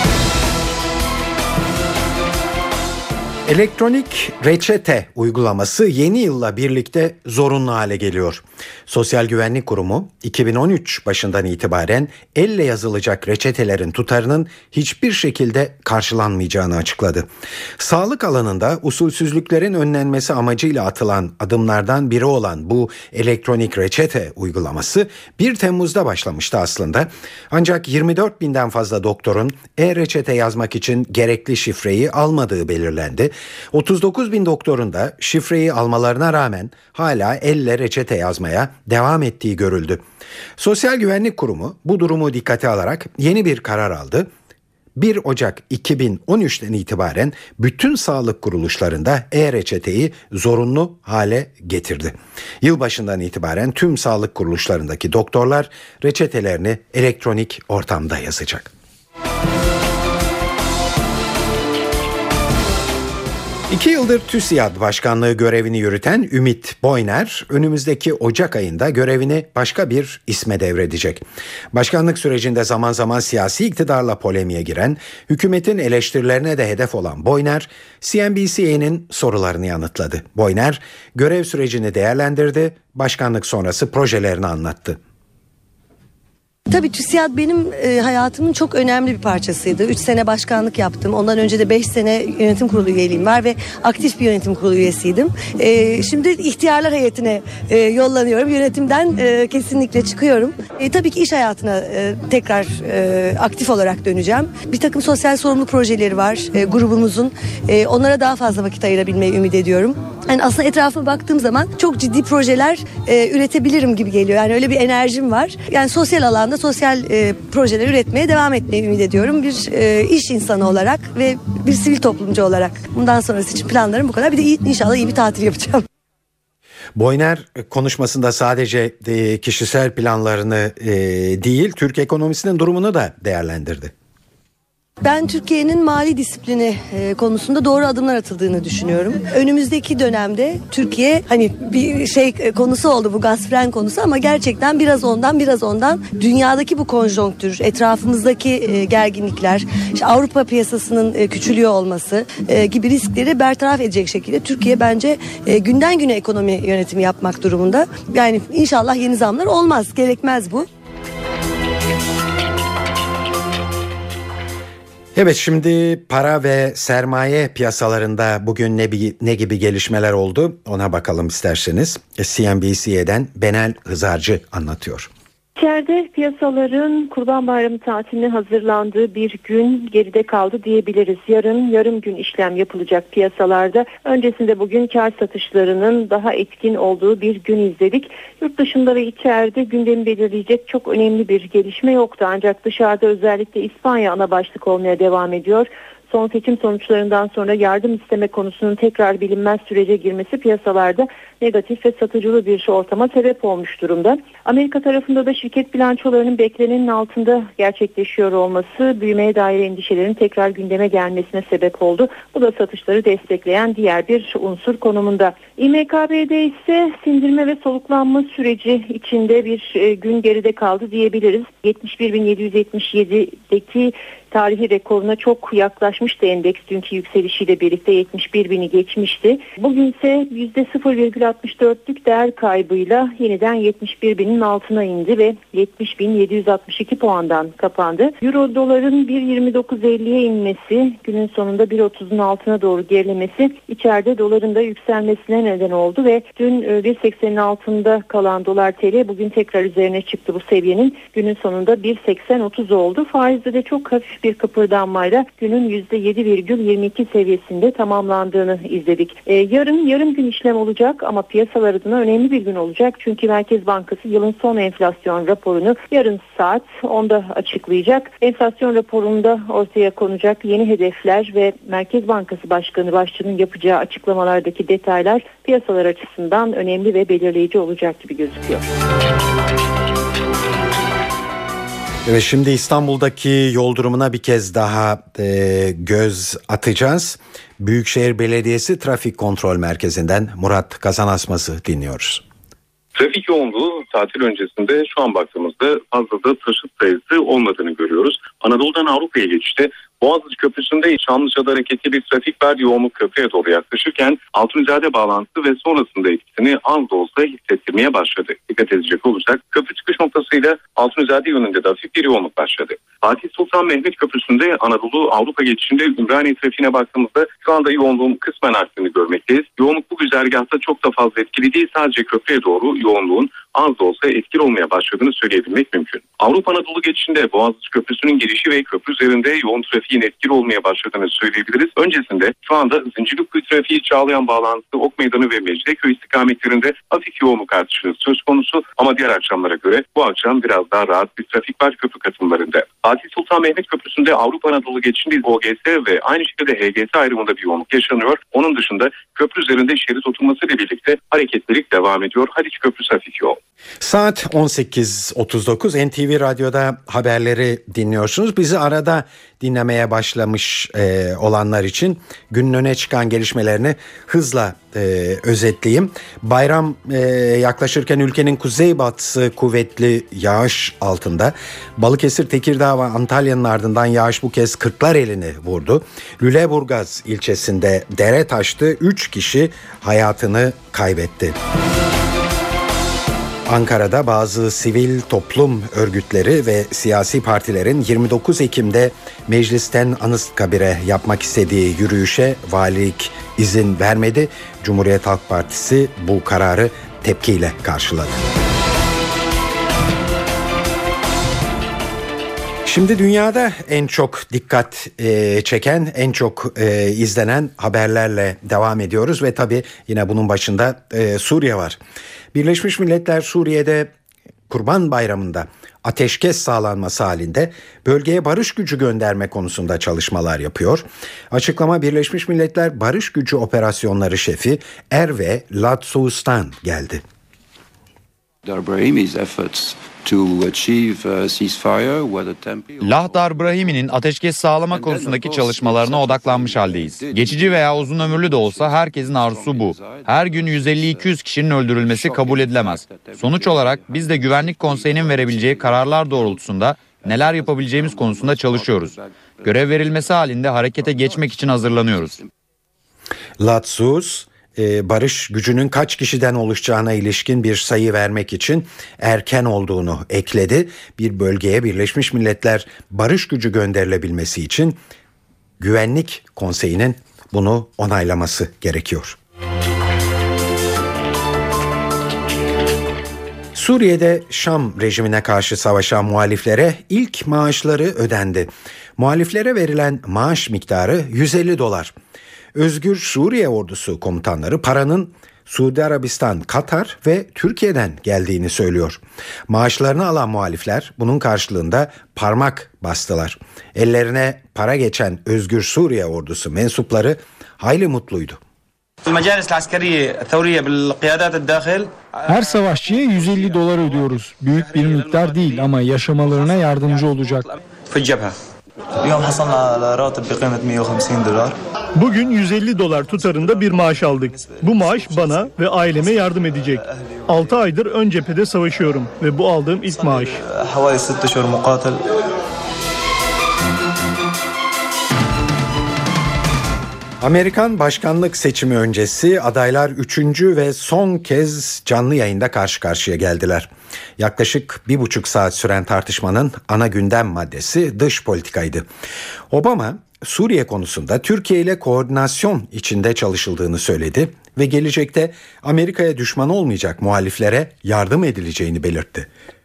Elektronik reçete uygulaması yeni yılla birlikte zorunlu hale geliyor. Sosyal Güvenlik Kurumu iki bin on üç başından itibaren elle yazılacak reçetelerin tutarının hiçbir şekilde karşılanmayacağını açıkladı. Sağlık alanında usulsüzlüklerin önlenmesi amacıyla atılan adımlardan biri olan bu elektronik reçete uygulaması bir Temmuz'da başlamıştı aslında. Ancak yirmi dört binden fazla doktorun e-reçete yazmak için gerekli şifreyi almadığı belirlendi. otuz dokuz bin doktorun da şifreyi almalarına rağmen hala elle reçete yazmaya devam ettiği görüldü. Sosyal Güvenlik Kurumu bu durumu dikkate alarak yeni bir karar aldı. bir Ocak iki bin on üçten itibaren bütün sağlık kuruluşlarında e-reçeteyi zorunlu hale getirdi. Yılbaşından itibaren tüm sağlık kuruluşlarındaki doktorlar reçetelerini elektronik ortamda yazacak. İki yıldır TÜSİAD Başkanlığı görevini yürüten Ümit Boyner, önümüzdeki Ocak ayında görevini başka bir isme devredecek. Başkanlık sürecinde zaman zaman siyasi iktidarla polemiğe giren, hükümetin eleştirilerine de hedef olan Boyner, C N B C'nin sorularını yanıtladı. Boyner, görev sürecini değerlendirdi, başkanlık sonrası projelerini anlattı. Tabii TÜSİAD benim e, hayatımın çok önemli bir parçasıydı. üç sene başkanlık yaptım. Ondan önce de beş sene yönetim kurulu üyeliğim var ve aktif bir yönetim kurulu üyesiydim. E, şimdi ihtiyarlar heyetine e, yollanıyorum. Yönetimden e, kesinlikle çıkıyorum. E, tabii ki iş hayatına e, tekrar e, aktif olarak döneceğim. Bir takım sosyal sorumluluk projeleri var e, grubumuzun. E, onlara daha fazla vakit ayırabilmeyi ümit ediyorum. Yani aslında etrafıma baktığım zaman çok ciddi projeler e, üretebilirim gibi geliyor. Yani öyle bir enerjim var. Yani sosyal alanda sosyal e, projeler üretmeye devam etmeyi ümit ediyorum. Bir e, iş insanı olarak ve bir sivil toplumcu olarak. Bundan sonrası için planlarım bu kadar. Bir de iyi, inşallah iyi bir tatil yapacağım. Boyner konuşmasında sadece e, kişisel planlarını e, değil, Türk ekonomisinin durumunu da değerlendirdi. Ben Türkiye'nin mali disiplini e, konusunda doğru adımlar atıldığını düşünüyorum. Önümüzdeki dönemde Türkiye hani bir şey e, konusu oldu bu gaz fren konusu ama gerçekten biraz ondan biraz ondan dünyadaki bu konjonktür, etrafımızdaki e, gerginlikler, işte Avrupa piyasasının e, küçülüyor olması e, gibi riskleri bertaraf edecek şekilde Türkiye bence e, günden güne ekonomi yönetimi yapmak durumunda. Yani inşallah yeni zamlar olmaz, gerekmez bu. Evet, şimdi para ve sermaye piyasalarında bugün ne, ne gibi gelişmeler oldu ona bakalım isterseniz. C N B C'den Benel Hızarcı anlatıyor. İçeride piyasaların Kurban Bayramı tatiline hazırlandığı bir gün geride kaldı diyebiliriz. Yarın yarım gün işlem yapılacak piyasalarda. Öncesinde bugün kar satışlarının daha etkin olduğu bir gün izledik. Yurt dışında ve içeride gündemi belirleyecek çok önemli bir gelişme yoktu. Ancak dışarıda özellikle İspanya ana başlık olmaya devam ediyor. Son seçim sonuçlarından sonra yardım isteme konusunun tekrar bilinmez sürece girmesi piyasalarda negatif ve satıcılı bir ortama sebep olmuş durumda. Amerika tarafında da şirket bilançolarının beklenenin altında gerçekleşiyor olması büyümeye dair endişelerin tekrar gündeme gelmesine sebep oldu. Bu da satışları destekleyen diğer bir unsur konumunda. İ M K B'de ise sindirme ve soluklanma süreci içinde bir gün geride kaldı diyebiliriz. yetmiş bir bin yedi yüz yetmiş yedi'deki tarihi rekoruna çok yaklaşmıştı endeks, dünkü yükselişiyle birlikte yetmiş bir bini geçmişti. Bugün ise yüzde sıfır virgül altmış dörtlük değer kaybıyla yeniden yetmiş bir binin altına indi ve yetmiş bin yedi yüz altmış iki puandan kapandı. Euro doların bir virgül yirmi dokuz elliye inmesi, günün sonunda bir virgül otuzun altına doğru gerilemesi içeride doların da yükselmesine neden oldu ve dün bir virgül seksenin altında kalan dolar T L bugün tekrar üzerine çıktı bu seviyenin. Günün sonunda bir virgül seksen otuz oldu. Faizde de çok hafif bir kıpırdanmayla günün yüzde yedi virgül yirmi iki seviyesinde tamamlandığını izledik. Ee, yarın yarım gün işlem olacak ama piyasalar adına önemli bir gün olacak. Çünkü Merkez Bankası yılın son enflasyon raporunu yarın saat onda açıklayacak. Enflasyon raporunda ortaya konacak yeni hedefler ve Merkez Bankası Başkanı Başçı'nın yapacağı açıklamalardaki detaylar piyasalar açısından önemli ve belirleyici olacak gibi gözüküyor. Evet, şimdi İstanbul'daki yol durumuna bir kez daha e, göz atacağız. Büyükşehir Belediyesi Trafik Kontrol Merkezi'nden Murat Kazanasmaz'ı dinliyoruz. Trafik yoğunluğu tatil öncesinde şu an baktığımızda fazla da taşıt sayısı olmadığını görüyoruz. Anadolu'dan Avrupa'ya geçişte Boğaziçi Köprüsü'nde Çamlıca'da hareketli bir trafik var. Yoğunluk köprüye doğru yaklaşırken Altunizade bağlantısı ve sonrasında etkisini az da olsa hissettirmeye başladı. Dikkat edecek olursak köprü çıkış noktasıyla Altunizade yönünde de hafif bir yoğunluk başladı. Fatih Sultan Mehmet Köprüsü'nde Anadolu Avrupa geçişinde Ümraniye trafiğine baktığımızda şu anda yoğunluğun kısmen arttığını görmekteyiz. Yoğunluk bu güzergahta çok da fazla etkili değil. Sadece köprüye doğru yoğunluğun az da olsa etkili olmaya başladığını söyleyebilmek mümkün. Avrupa Anadolu geçişinde Boğaziçi Köprüsü'nün girişi ve köprü üzerinde yoğun trafiğin etkili olmaya başladığını söyleyebiliriz. Öncesinde şu anda Zincirlikuyu trafiği Çağlayan bağlantısı Ok Meydanı ve Mecidiyeköy istikametlerinde hafif yoğunluk artışı söz konusu ama diğer akşamlara göre bu akşam biraz daha rahat bir trafik var köprü katılımlarında. Fatih Sultan Mehmet Köprüsü'nde Avrupa Anadolu geçişinde O G S ve aynı şekilde H G S ayrımında bir yoğunluk yaşanıyor. Onun dışında köprü üzerinde şerit oturması ile birlikte hareketlilik devam ediyor. Haliç Köprüsü hafif yoğun. Saat on sekiz otuz dokuz N T V Radyo'da haberleri dinliyorsunuz. Bizi arada dinlemeye başlamış e, olanlar için günün öne çıkan gelişmelerini hızla e, özetleyeyim. Bayram e, yaklaşırken ülkenin kuzeybatısı kuvvetli yağış altında. Balıkesir, Tekirdağ ve Antalya'nın ardından yağış bu kez Kırklareli'ni vurdu. Lüleburgaz ilçesinde dere taştı. üç kişi hayatını kaybetti. Ankara'da bazı sivil toplum örgütleri ve siyasi partilerin yirmi dokuz Ekim'de meclisten Anıtkabir'e yapmak istediği yürüyüşe valilik izin vermedi. Cumhuriyet Halk Partisi bu kararı tepkiyle karşıladı. Şimdi dünyada en çok dikkat e, çeken, en çok e, izlenen haberlerle devam ediyoruz ve tabii yine bunun başında e, Suriye var. Birleşmiş Milletler Suriye'de Kurban Bayramı'nda ateşkes sağlanması halinde bölgeye barış gücü gönderme konusunda çalışmalar yapıyor. Açıklama Birleşmiş Milletler Barış Gücü Operasyonları Şefi Erve Latsous'tan geldi. Lahdar Brahimi'nin ateşkes sağlama konusundaki çalışmalarına odaklanmış haldeyiz. Geçici veya uzun ömürlü de olsa herkesin arzusu bu. Her gün yüz elli iki yüz kişinin öldürülmesi kabul edilemez. Sonuç olarak biz de Güvenlik Konseyi'nin verebileceği kararlar doğrultusunda neler yapabileceğimiz konusunda çalışıyoruz. Görev verilmesi halinde harekete geçmek için hazırlanıyoruz. Latsous, barış gücünün kaç kişiden oluşacağına ilişkin bir sayı vermek için erken olduğunu ekledi. Bir bölgeye Birleşmiş Milletler barış gücü gönderilebilmesi için Güvenlik Konseyi'nin bunu onaylaması gerekiyor. Suriye'de Şam rejimine karşı savaşan muhaliflere ilk maaşları ödendi. Muhaliflere verilen maaş miktarı yüz elli dolar. Özgür Suriye Ordusu komutanları paranın Suudi Arabistan, Katar ve Türkiye'den geldiğini söylüyor. Maaşlarını alan muhalifler bunun karşılığında parmak bastılar. Ellerine para geçen Özgür Suriye Ordusu mensupları hayli mutluydu. Her savaşçıya yüz elli dolar ödüyoruz. Büyük bir miktar değil ama yaşamalarına yardımcı olacak. Bugün yüz elli dolar tutarında bir maaş aldık. Bu maaş bana ve aileme yardım edecek. altı aydır ön cephede savaşıyorum ve bu aldığım ilk maaş. Amerikan başkanlık seçimi öncesi adaylar üçüncü ve son kez canlı yayında karşı karşıya geldiler. Yaklaşık bir buçuk saat süren tartışmanın ana gündem maddesi dış politikaydı. Obama, Suriye konusunda Türkiye ile koordinasyon içinde çalışıldığını söyledi ve gelecekte Amerika'ya düşman olmayacak muhaliflere yardım edileceğini belirtti.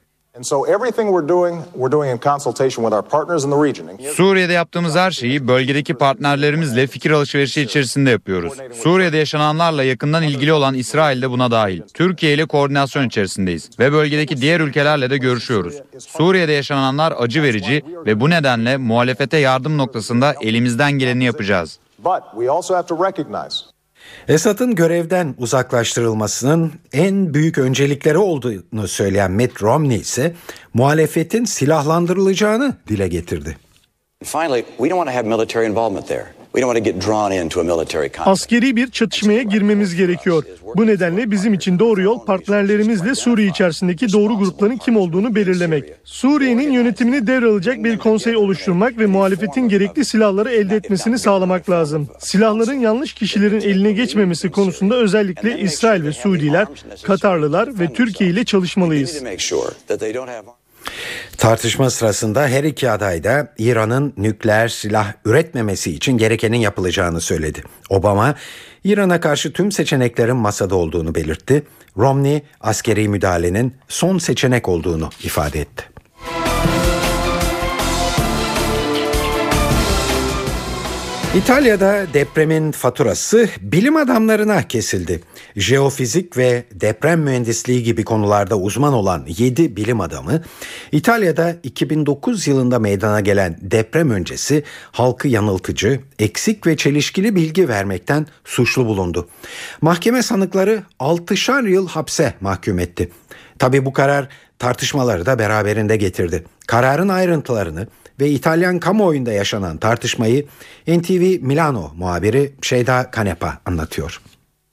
Suriye'de yaptığımız her şeyi bölgedeki partnerlerimizle fikir alışverişi içerisinde yapıyoruz. Suriye'de yaşananlarla yakından ilgili olan İsrail de buna dahil. Türkiye ile koordinasyon içerisindeyiz ve bölgedeki diğer ülkelerle de görüşüyoruz. Suriye'de yaşananlar acı verici ve bu nedenle muhalefete yardım noktasında elimizden geleni yapacağız. Esad'ın görevden uzaklaştırılmasının en büyük öncelikleri olduğunu söyleyen Mitt Romney ise muhalefetin silahlandırılacağını dile getirdi. Askeri bir çatışmaya girmemiz gerekiyor. Bu nedenle bizim için doğru yol partnerlerimizle Suriye içerisindeki doğru grupların kim olduğunu belirlemek. Suriye'nin yönetimini devralacak bir konsey oluşturmak ve muhalefetin gerekli silahları elde etmesini sağlamak lazım. Silahların yanlış kişilerin eline geçmemesi konusunda özellikle İsrail ve Suudiler, Katarlılar ve Türkiye ile çalışmalıyız. Tartışma sırasında her iki aday da İran'ın nükleer silah üretmemesi için gerekenin yapılacağını söyledi. Obama, İran'a karşı tüm seçeneklerin masada olduğunu belirtti. Romney, askeri müdahalenin son seçenek olduğunu ifade etti. İtalya'da depremin faturası bilim adamlarına kesildi. Jeofizik ve deprem mühendisliği gibi konularda uzman olan yedi bilim adamı, İtalya'da iki bin dokuz yılında meydana gelen deprem öncesi halkı yanıltıcı, eksik ve çelişkili bilgi vermekten suçlu bulundu. Mahkeme sanıkları altışar yıl hapse mahkum etti. Tabii bu karar tartışmaları da beraberinde getirdi. Kararın ayrıntılarını ve İtalyan kamuoyunda yaşanan tartışmayı N T V Milano muhabiri Şeyda Kanepa anlatıyor.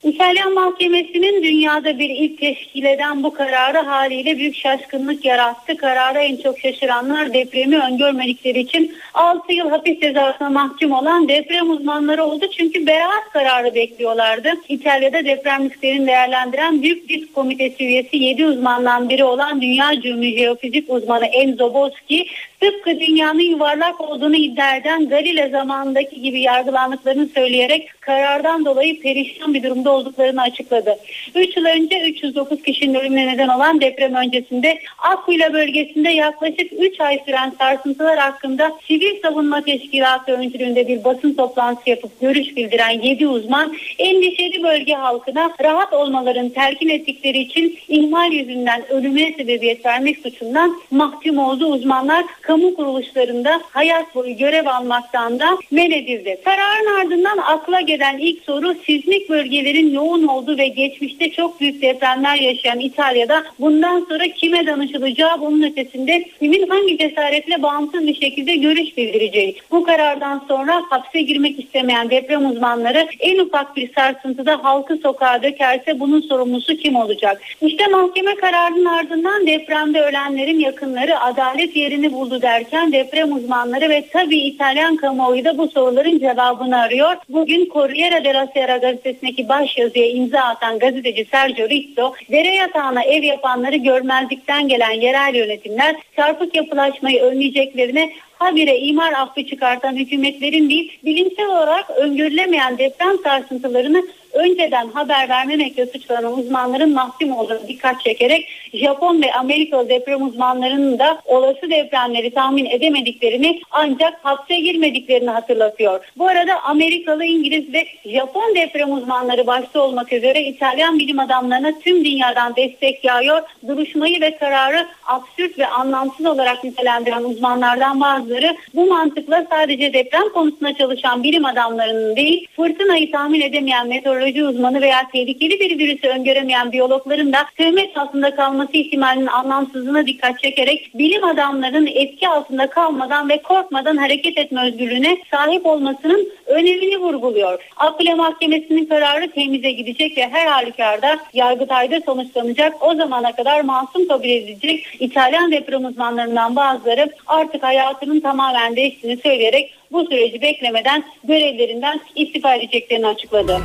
İtalyan mahkemesinin dünyada bir ilk teşkil eden bu kararı haliyle büyük şaşkınlık yarattı. Karara en çok şaşıranlar depremi öngörmedikleri için altı yıl hapis cezasına mahkum olan deprem uzmanları oldu. Çünkü beraat kararı bekliyorlardı. İtalya'da deprem risklerini değerlendiren Büyük Risk Komitesi üyesi yedi uzmandan biri olan dünya ünlü jeofizik uzmanı Enzo Boschi, tıpkı dünyanın yuvarlak olduğunu iddia eden Galile zamanındaki gibi yargılandıklarını söyleyerek karardan dolayı perişan bir durumda olduklarını açıkladı. üç yıl önce üç yüz dokuz kişinin ölümüne neden olan deprem öncesinde Aquila bölgesinde yaklaşık üç ay süren sarsıntılar hakkında Sivil Savunma Teşkilatı öncülüğünde bir basın toplantısı yapıp görüş bildiren yedi uzman endişeli bölge halkına rahat olmalarını telkin ettikleri için ihmal yüzünden ölüme sebebiyet vermek suçundan mahkum oldu. Uzmanlar kamu kuruluşlarında hayat boyu görev almaktan da men edildi. Kararın ardından akla gelen ilk soru sismik bölgelerin yoğun olduğu ve geçmişte çok büyük depremler yaşayan İtalya'da bundan sonra kime danışılacağı, bunun ötesinde kimin hangi cesaretle bağımsız bir şekilde görüş bildireceği. Bu karardan sonra hapse girmek istemeyen deprem uzmanları en ufak bir sarsıntıda halkı sokağa dökerse bunun sorumlusu kim olacak? İşte mahkeme kararının ardından depremde ölenlerin yakınları adalet yerini buldu derken deprem uzmanları ve tabii İtalyan kamuoyu da bu soruların cevabını arıyor. Bugün Corriere della Sera gazetesindeki başyazıya imza atan gazeteci Sergio Rizzo, dere yatağına ev yapanları görmezlikten gelen yerel yönetimler çarpık yapılaşmayı önleyeceklerine habire imar affı çıkartan hükümetlerin değil, bilimsel olarak öngörülemeyen deprem sarsıntılarını önceden haber vermemekle suçlanan uzmanların mahkum olduğunu dikkat çekerek Japon ve Amerikalı deprem uzmanlarının da olası depremleri tahmin edemediklerini ancak hapse girmediklerini hatırlatıyor. Bu arada Amerikalı, İngiliz ve Japon deprem uzmanları başta olmak üzere İtalyan bilim adamlarına tüm dünyadan destek yağıyor. Duruşmayı ve kararı absürt ve anlamsız olarak nitelendiren uzmanlardan bazıları bu mantıkla sadece deprem konusunda çalışan bilim adamlarının değil, fırtınayı tahmin edemeyen meteoroloji uzmanı veya tehlikeli bir virüsü öngöremeyen biyologların da töhmet altında kalması ihtimalinin anlamsızlığına dikkat çekerek bilim adamlarının etki altında kalmadan ve korkmadan hareket etme özgürlüğüne sahip olmasının önemini vurguluyor. Apele Mahkemesi'nin kararı temize gidecek ve her halükarda Yargıtay'da sonuçlanacak. O zamana kadar masum kabul edilecek İtalyan deprem uzmanlarından bazıları artık hayatının tamamen değiştiğini söyleyerek bu süreci beklemeden görevlerinden istifa edeceklerini açıkladı.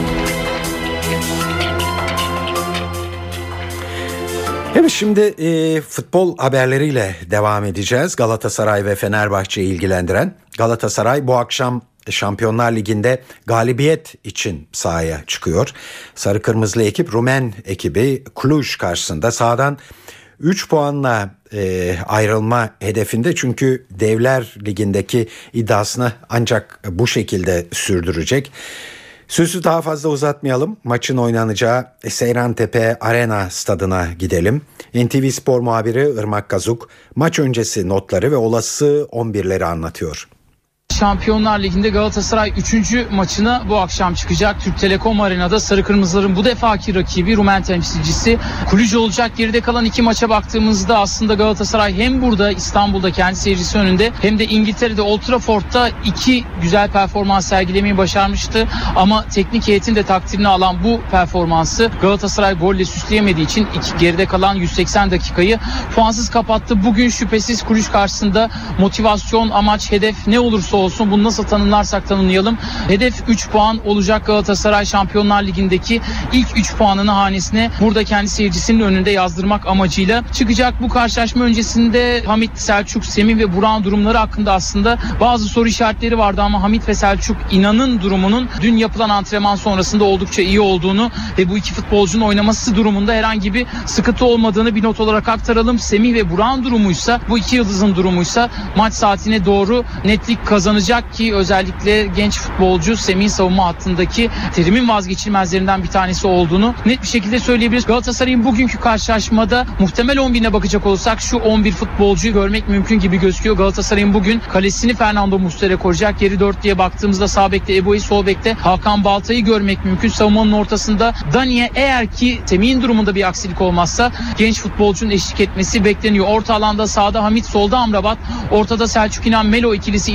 Evet, şimdi e, futbol haberleriyle devam edeceğiz. Galatasaray ve Fenerbahçe'yi ilgilendiren Galatasaray bu akşam Şampiyonlar Ligi'nde galibiyet için sahaya çıkıyor. Sarı Kırmızılı ekip Rumen ekibi Cluj karşısında sahadan üç puanla e, ayrılma hedefinde, çünkü Devler Ligi'ndeki iddiasını ancak bu şekilde sürdürecek. Sözü daha fazla uzatmayalım. Maçın oynanacağı Seyrantepe Arena stadına gidelim. N T V Spor muhabiri Irmak Kazuk maç öncesi notları ve olası on birleri anlatıyor. Şampiyonlar Ligi'nde Galatasaray üçüncü maçına bu akşam çıkacak. Türk Telekom Arena'da Sarı Kırmızıların bu defaki rakibi Rumen temsilcisi Cluj olacak. Geride kalan iki maça baktığımızda aslında Galatasaray hem burada İstanbul'da kendi seyircisi önünde hem de İngiltere'de Old Trafford'da iki güzel performans sergilemeyi başarmıştı. Ama teknik heyetin de takdirini alan bu performansı Galatasaray golle süsleyemediği için iki, geride kalan yüz seksen dakikayı puansız kapattı. Bugün şüphesiz Cluj karşısında motivasyon, amaç, hedef ne olursa olsun, bunu nasıl tanımlarsak tanımlayalım, hedef üç puan olacak. Galatasaray Şampiyonlar Ligi'ndeki ilk üç puanını hanesine burada kendi seyircisinin önünde yazdırmak amacıyla çıkacak. Bu karşılaşma öncesinde Hamit, Selçuk, Semih ve Burak'ın durumları hakkında aslında bazı soru işaretleri vardı ama Hamit ve Selçuk İnan'ın durumunun dün yapılan antrenman sonrasında oldukça iyi olduğunu ve bu iki futbolcunun oynaması durumunda herhangi bir sıkıntı olmadığını bir not olarak aktaralım. Semih ve Burak'ın durumuysa, bu iki yıldızın durumuysa maç saatine doğru netlik kazanacak ki özellikle genç futbolcu Semih'in savunma hattındaki Terim'in vazgeçilmezlerinden bir tanesi olduğunu net bir şekilde söyleyebiliriz. Galatasaray'ın bugünkü karşılaşmada muhtemel on birine bakacak olursak şu on bir futbolcuyu görmek mümkün gibi gözüküyor. Galatasaray'ın bugün kalesini Fernando Muslera koruyacak. Geri dörtlüye baktığımızda sağ bekte Ebo'yu, sol bekte Hakan Balta'yı görmek mümkün. Savunmanın ortasında Dani'ye, eğer ki Semih'in durumunda bir aksilik olmazsa genç futbolcunun eşlik etmesi bekleniyor. Orta alanda sağda Hamit, solda Amrabat, ortada Selçuk İnan Melo ikilisi, ileride ise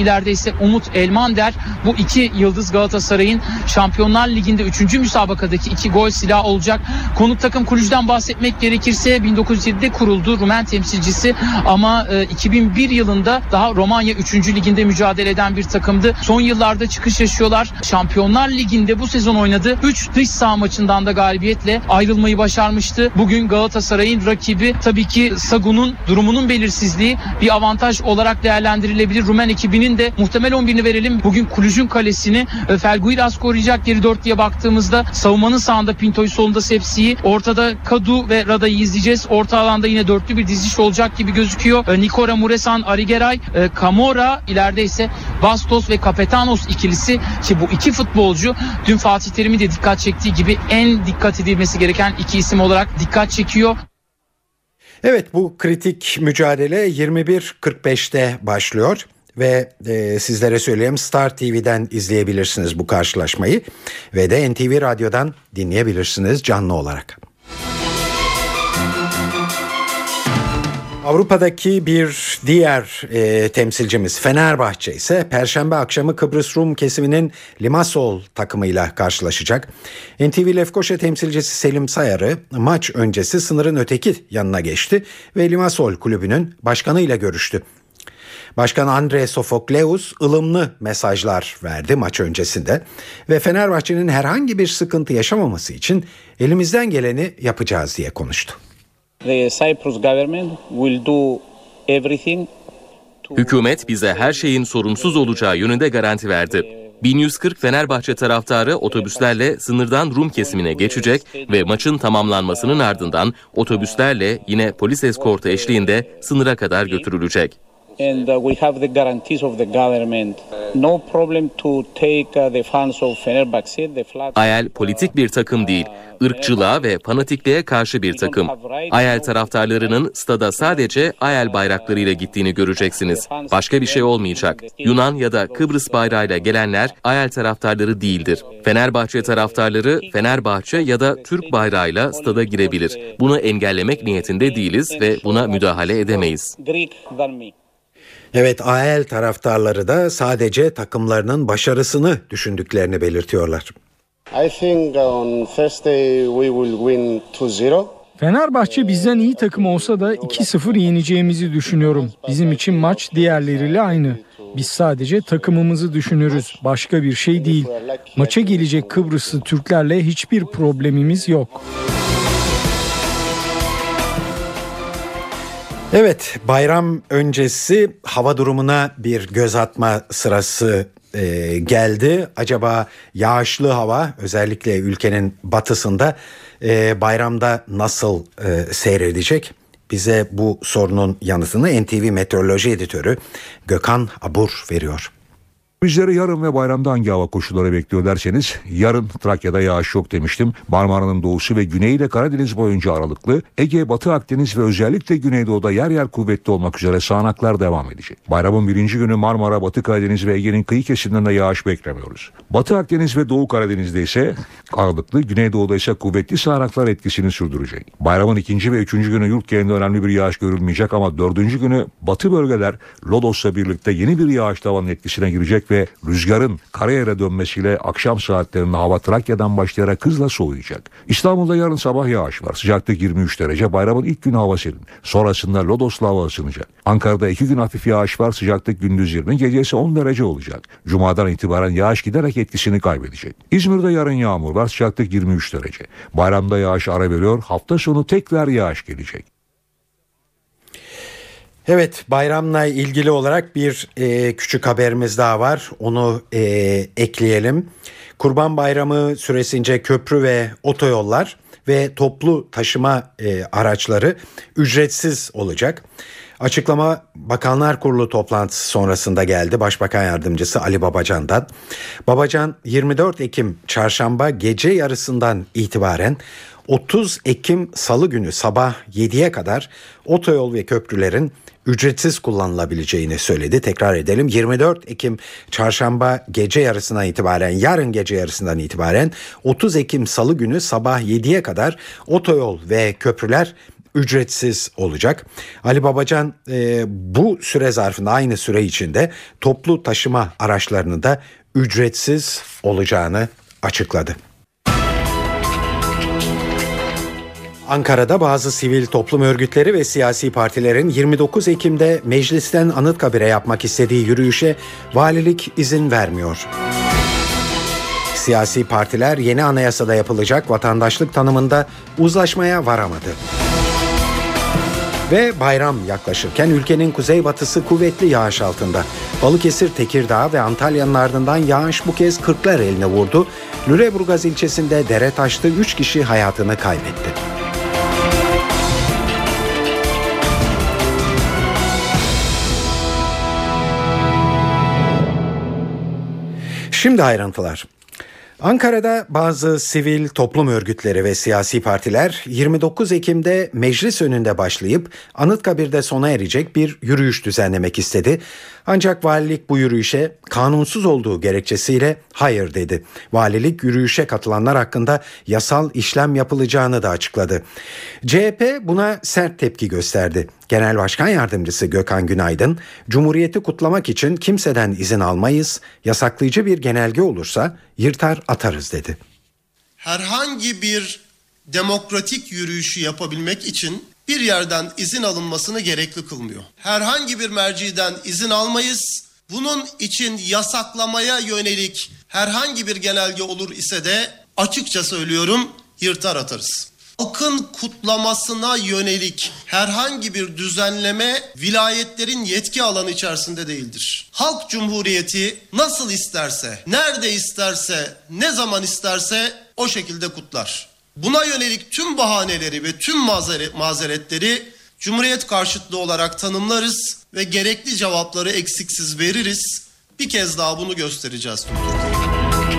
maalesef Umut Elmander bu iki yıldız Galatasaray'ın Şampiyonlar Ligi'nde üçüncü müsabakadaki iki gol silahı olacak. Konuk takım Kulüc'den bahsetmek gerekirse bin dokuz yüz yedide kuruldu, Rumen temsilcisi ama e, iki bin bir yılında daha Romanya üçüncü liginde mücadele eden bir takımdı. Son yıllarda çıkış yaşıyorlar. Şampiyonlar Ligi'nde bu sezon oynadı. üç dış saha maçından da galibiyetle ayrılmayı başarmıştı. Bugün Galatasaray'ın rakibi tabii ki Sagu'nun durumunun belirsizliği bir avantaj olarak değerlendirilebilir. Rumen ekibinin de muhtemel on birini verelim. Bugün Kulüc'ün kalesini e, Felguiras koruyacak. Geri dörtlüye baktığımızda savunmanın sağında Pinto'yu, solunda Sepsi'yi, ortada Kadu ve Rada'yı izleyeceğiz. Orta alanda yine dörtlü bir diziliş olacak gibi gözüküyor. E, Nikora Muresan, Arigeray, e, Camora, ileride ise Bastos ve Kapetanos ikilisi ki bu iki futbolcu dün Fatih Terim'in de dikkat çektiği gibi en dikkat edilmesi gereken iki isim olarak dikkat çekiyor. Evet, bu kritik mücadele yirmi bir kırk beşte başlıyor ve e, sizlere söyleyeyim, Star T V'den izleyebilirsiniz bu karşılaşmayı ve de N T V Radyo'dan dinleyebilirsiniz canlı olarak. Avrupa'daki bir diğer e, temsilcimiz Fenerbahçe ise Perşembe akşamı Kıbrıs Rum kesiminin Limassol takımıyla karşılaşacak. N T V Lefkoşa temsilcisi Selim Sayarı maç öncesi sınırın öteki yanına geçti ve Limassol kulübünün başkanıyla görüştü. Başkan Andre Sofokleus ılımlı mesajlar verdi maç öncesinde ve Fenerbahçe'nin herhangi bir sıkıntı yaşamaması için elimizden geleni yapacağız diye konuştu. Hükümet bize her şeyin sorunsuz olacağı yönünde garanti verdi. bin yüz kırk Fenerbahçe taraftarı otobüslerle sınırdan Rum kesimine geçecek ve maçın tamamlanmasının ardından otobüslerle yine polis eskortu eşliğinde sınıra kadar götürülecek. And uh, we have the guarantees of the government. No problem to take uh, the fans of Fenerbahçe. The flag. A Y E L politik bir takım değil, ırkçılığa ve fanatikliğe karşı bir takım. A Y E L taraftarlarının stada sadece A Y E L bayraklarıyla gittiğini göreceksiniz. Başka bir şey olmayacak. Yunan ya da Kıbrıs bayrağıyla gelenler A Y E L taraftarları değildir. Fenerbahçe taraftarları Fenerbahçe ya da Türk bayrağıyla stada girebilir. Bunu engellemek niyetinde değiliz ve buna müdahale edemeyiz. Evet, A Y E L taraftarları da sadece takımlarının başarısını düşündüklerini belirtiyorlar. I think on Thursday we will win two zero. Fenerbahçe bizden iyi takım olsa da iki sıfır yeneceğimizi düşünüyorum. Bizim için maç diğerleriyle aynı. Biz sadece takımımızı düşünürüz. Başka bir şey değil. Maça gelecek Kıbrıslı Türklerle hiçbir problemimiz yok. Evet, bayram öncesi hava durumuna bir göz atma sırası e, geldi. Acaba yağışlı hava özellikle ülkenin batısında e, bayramda nasıl e, seyredecek? Bize bu sorunun yanıtını N T V Meteoroloji Editörü Gökhan Abur veriyor. Bizleri yarın ve bayramda hangi hava koşulları bekliyor derseniz, yarın Trakya'da yağış yok demiştim. Marmara'nın doğusu ve güneyi ile Karadeniz boyunca aralıklı, Ege, Batı Akdeniz ve özellikle Güneydoğu'da yer yer kuvvetli olmak üzere sağanaklar devam edecek. Bayramın birinci günü Marmara, Batı Karadeniz ve Ege'nin kıyı kesimlerinde yağış beklemiyoruz. Batı Akdeniz ve Doğu Karadeniz'de ise aralıklı, Güneydoğu'da ise kuvvetli sağanaklar etkisini sürdürecek. Bayramın ikinci ve üçüncü günü yurt genelinde önemli bir yağış görülmeyecek ama dördüncü günü batı bölgeler Lodos'la birlikte yeni bir yağış havanın etkisine girecek ve rüzgarın karayere dönmesiyle akşam saatlerinde hava Trakya'dan başlayarak hızla soğuyacak. İstanbul'da yarın sabah yağış var. Sıcaklık yirmi üç derece. Bayramın ilk günü hava serin. Sonrasında Lodos'la hava ısınacak. Ankara'da iki gün hafif yağış var. Sıcaklık gündüz yirmi, gece ise on derece olacak. Cuma'dan itibaren yağış giderek etkisini kaybedecek. İzmir'de yarın yağmur var. Sıcaklık yirmi üç derece. Bayramda yağış ara veriyor. Hafta sonu tekrar yağış gelecek. Evet, bayramla ilgili olarak bir e, küçük haberimiz daha var. Onu e, ekleyelim. Kurban Bayramı süresince köprü ve otoyollar ve toplu taşıma e, araçları ücretsiz olacak. Açıklama Bakanlar Kurulu toplantısı sonrasında geldi Başbakan Yardımcısı Ali Babacan'dan. Babacan yirmi dört Ekim çarşamba gece yarısından itibaren otuz Ekim Salı günü sabah yediye kadar otoyol ve köprülerin ücretsiz kullanılabileceğini söyledi. Tekrar edelim, yirmi dört Ekim çarşamba gece yarısından itibaren, yarın gece yarısından itibaren otuz Ekim Salı günü sabah yediye kadar otoyol ve köprüler ücretsiz olacak. Ali Babacan e, bu süre zarfında aynı süre içinde toplu taşıma araçlarını da ücretsiz olacağını açıkladı. Ankara'da bazı sivil toplum örgütleri ve siyasi partilerin yirmi dokuz Ekim'de meclisten Anıtkabir'e yapmak istediği yürüyüşe valilik izin vermiyor. Siyasi partiler yeni anayasada yapılacak vatandaşlık tanımında uzlaşmaya varamadı. Ve bayram yaklaşırken ülkenin kuzeybatısı kuvvetli yağış altında. Balıkesir, Tekirdağ ve Antalya'nın ardından yağış bu kez Kırklareli'ne vurdu. Lüleburgaz ilçesinde dere taştı, üç kişi hayatını kaybetti. Şimdi ayrıntılar. Ankara'da bazı sivil toplum örgütleri ve siyasi partiler yirmi dokuz Ekim'de meclis önünde başlayıp Anıtkabir'de sona erecek bir yürüyüş düzenlemek istedi. Ancak valilik bu yürüyüşe kanunsuz olduğu gerekçesiyle hayır dedi. Valilik yürüyüşe katılanlar hakkında yasal işlem yapılacağını da açıkladı. C H P buna sert tepki gösterdi. Genel Başkan Yardımcısı Gökhan Günaydın, Cumhuriyeti kutlamak için kimseden izin almayız, yasaklayıcı bir genelge olursa yırtar atarız dedi. Herhangi bir demokratik yürüyüşü yapabilmek için bir yerden izin alınmasını gerekli kılmıyor. Herhangi bir merciden izin almayız. Bunun için yasaklamaya yönelik herhangi bir genelge olur ise de açıkça söylüyorum yırtar atarız. Halkın kutlamasına yönelik herhangi bir düzenleme vilayetlerin yetki alanı içerisinde değildir. Halk Cumhuriyeti nasıl isterse, nerede isterse, ne zaman isterse o şekilde kutlar. Buna yönelik tüm bahaneleri ve tüm mazeret, mazeretleri Cumhuriyet karşıtlığı olarak tanımlarız ve gerekli cevapları eksiksiz veririz. Bir kez daha bunu göstereceğiz tüm Türkiye'ye.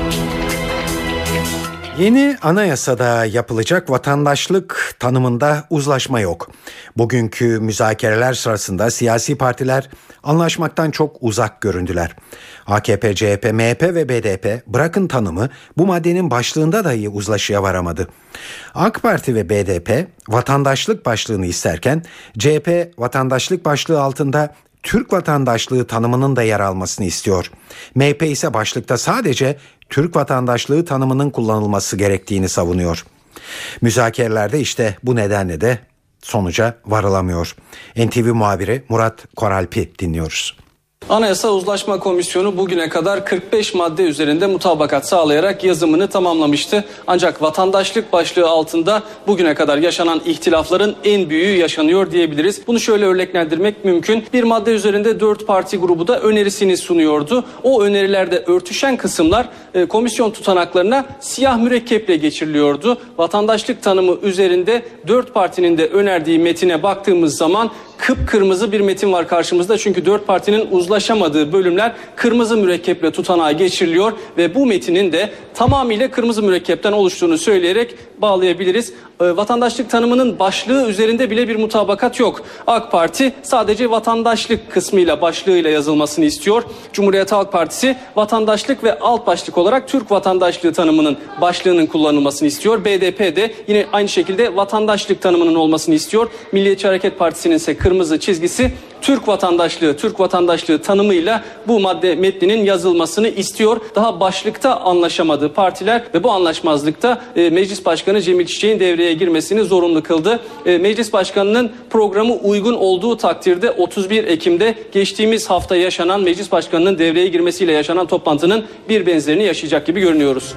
Yeni anayasada yapılacak vatandaşlık tanımında uzlaşma yok. Bugünkü müzakereler sırasında siyasi partiler anlaşmaktan çok uzak göründüler. A K P, C H P, M H P ve B D P bırakın tanımı bu maddenin başlığında dahi uzlaşıya varamadı. AK Parti ve B D P vatandaşlık başlığını isterken C H P vatandaşlık başlığı altında Türk vatandaşlığı tanımının da yer almasını istiyor. M H P ise başlıkta sadece Türk vatandaşlığı tanımının kullanılması gerektiğini savunuyor. Müzakerelerde işte bu nedenle de sonuca varılamıyor. N T V muhabiri Murat Koralp'i dinliyoruz. Anayasa Uzlaşma Komisyonu bugüne kadar kırk beş madde üzerinde mutabakat sağlayarak yazımını tamamlamıştı. Ancak vatandaşlık başlığı altında bugüne kadar yaşanan ihtilafların en büyüğü yaşanıyor diyebiliriz. Bunu şöyle örneklendirmek mümkün. Bir madde üzerinde dört parti grubu da önerisini sunuyordu. O önerilerde örtüşen kısımlar komisyon tutanaklarına siyah mürekkeple geçiriliyordu. Vatandaşlık tanımı üzerinde dört partinin de önerdiği metine baktığımız zaman kıpkırmızı bir metin var karşımızda. Çünkü dört partinin uzlaşamadığı bölümler kırmızı mürekkeple tutanağa geçiriliyor ve bu metinin de tamamıyla kırmızı mürekkepten oluştuğunu söyleyerek bağlayabiliriz. Vatandaşlık tanımının başlığı üzerinde bile bir mutabakat yok. AK Parti sadece vatandaşlık kısmıyla başlığıyla yazılmasını istiyor. Cumhuriyet Halk Partisi vatandaşlık ve alt başlık olarak Türk vatandaşlığı tanımının başlığının kullanılmasını istiyor. B D P de yine aynı şekilde vatandaşlık tanımının olmasını istiyor. Milliyetçi Hareket Partisi'nin ise kırmızı çizgisi Türk vatandaşlığı, Türk vatandaşlığı tanımıyla bu madde metninin yazılmasını istiyor. Daha başlıkta anlaşamadığı partiler ve bu anlaşmazlıkta e, Meclis Başkanı Cemil Çiçek'in devreye girmesini zorunlu kıldı. E, Meclis Başkanı'nın programı uygun olduğu takdirde otuz bir Ekim'de geçtiğimiz hafta yaşanan Meclis Başkanı'nın devreye girmesiyle yaşanan toplantının bir benzerini yaşayacak gibi görünüyoruz.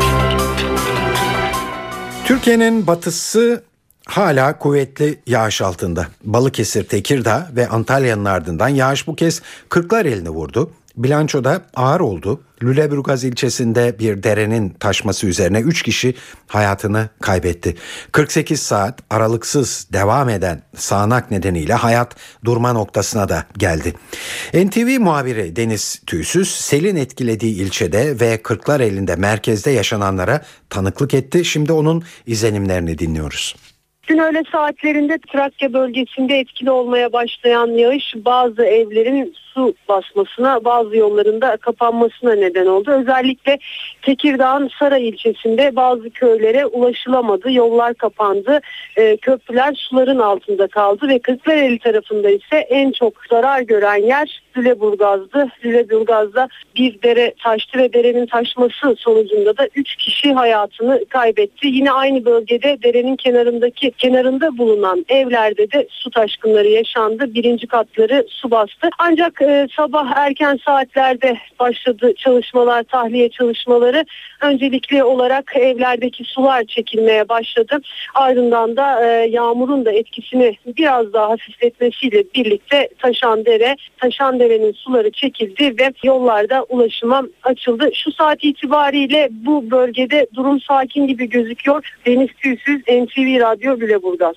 Türkiye'nin batısı hala kuvvetli yağış altında. Balıkesir, Tekirdağ ve Antalya'nın ardından yağış bu kez Kırklareli'ni vurdu. Bilançoda ağır oldu. Lüleburgaz ilçesinde bir derenin taşması üzerine üç kişi hayatını kaybetti. kırk sekiz saat aralıksız devam eden sağanak nedeniyle hayat durma noktasına da geldi. N T V muhabiri Deniz Tüysüz, selin etkilediği ilçede ve Kırklareli'nde merkezde yaşananlara tanıklık etti. Şimdi onun izlenimlerini dinliyoruz. Dün öğle saatlerinde Trakya bölgesinde etkili olmaya başlayan yağış bazı evlerin su basmasına, bazı yollarında kapanmasına neden oldu. Özellikle Tekirdağ'ın Saray ilçesinde bazı köylere ulaşılamadı. Yollar kapandı. E, köprüler suların altında kaldı ve Kırklareli tarafında ise en çok zarar gören yer Lüleburgaz'dı. Lüleburgaz'da bir dere taştı ve derenin taşması sonucunda da üç kişi hayatını kaybetti. Yine aynı bölgede derenin kenarındaki kenarında bulunan evlerde de su taşkınları yaşandı. Birinci katları su bastı. Ancak e, sabah erken saatlerde başladı çalışmalar, tahliye çalışmaları. Öncelikli olarak evlerdeki sular çekilmeye başladı. Ardından da e, yağmurun da etkisini biraz daha hafifletmesiyle birlikte Taşandere, Taşandere'nin suları çekildi ve yollarda ulaşıma açıldı. Şu saat itibariyle bu bölgede durum sakin gibi gözüküyor. Deniz Tüysüz, N T V Radyo, Lüleburgaz.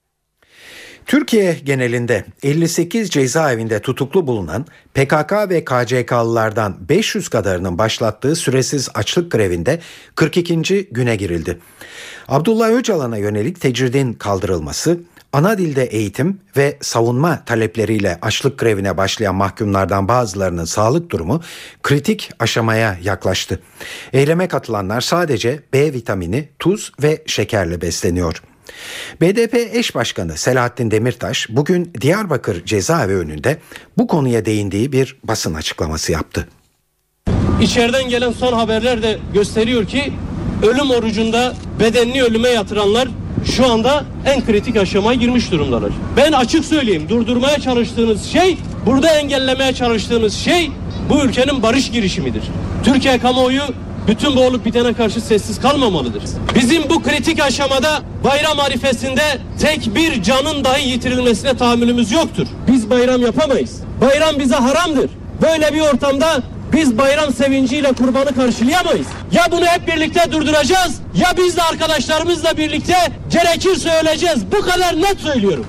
Türkiye genelinde elli sekiz cezaevinde tutuklu bulunan P K K ve K C K'lılardan beş yüz kadarının başlattığı süresiz açlık grevinde kırk ikinci güne girildi. Abdullah Öcalan'a yönelik tecridin kaldırılması, ana dilde eğitim ve savunma talepleriyle açlık grevine başlayan mahkumlardan bazılarının sağlık durumu kritik aşamaya yaklaştı. Eyleme katılanlar sadece B vitamini, tuz ve şekerle besleniyor. B D P eş başkanı Selahattin Demirtaş bugün Diyarbakır cezaevi önünde bu konuya değindiği bir basın açıklaması yaptı. İçeriden gelen son haberler de gösteriyor ki ölüm orucunda bedenini ölüme yatıranlar şu anda en kritik aşamaya girmiş durumdalar. Ben açık söyleyeyim, durdurmaya çalıştığınız şey, burada engellemeye çalıştığınız şey bu ülkenin barış girişimidir. Türkiye kamuoyu bütün bu olup bitene karşı sessiz kalmamalıdır. Bizim bu kritik aşamada bayram arifesinde tek bir canın dahi yitirilmesine tahammülümüz yoktur. Biz bayram yapamayız. Bayram bize haramdır. Böyle bir ortamda biz bayram sevinciyle kurbanı karşılayamayız. Ya bunu hep birlikte durduracağız, ya biz de arkadaşlarımızla birlikte gerekirse öleceğiz. Bu kadar net söylüyorum.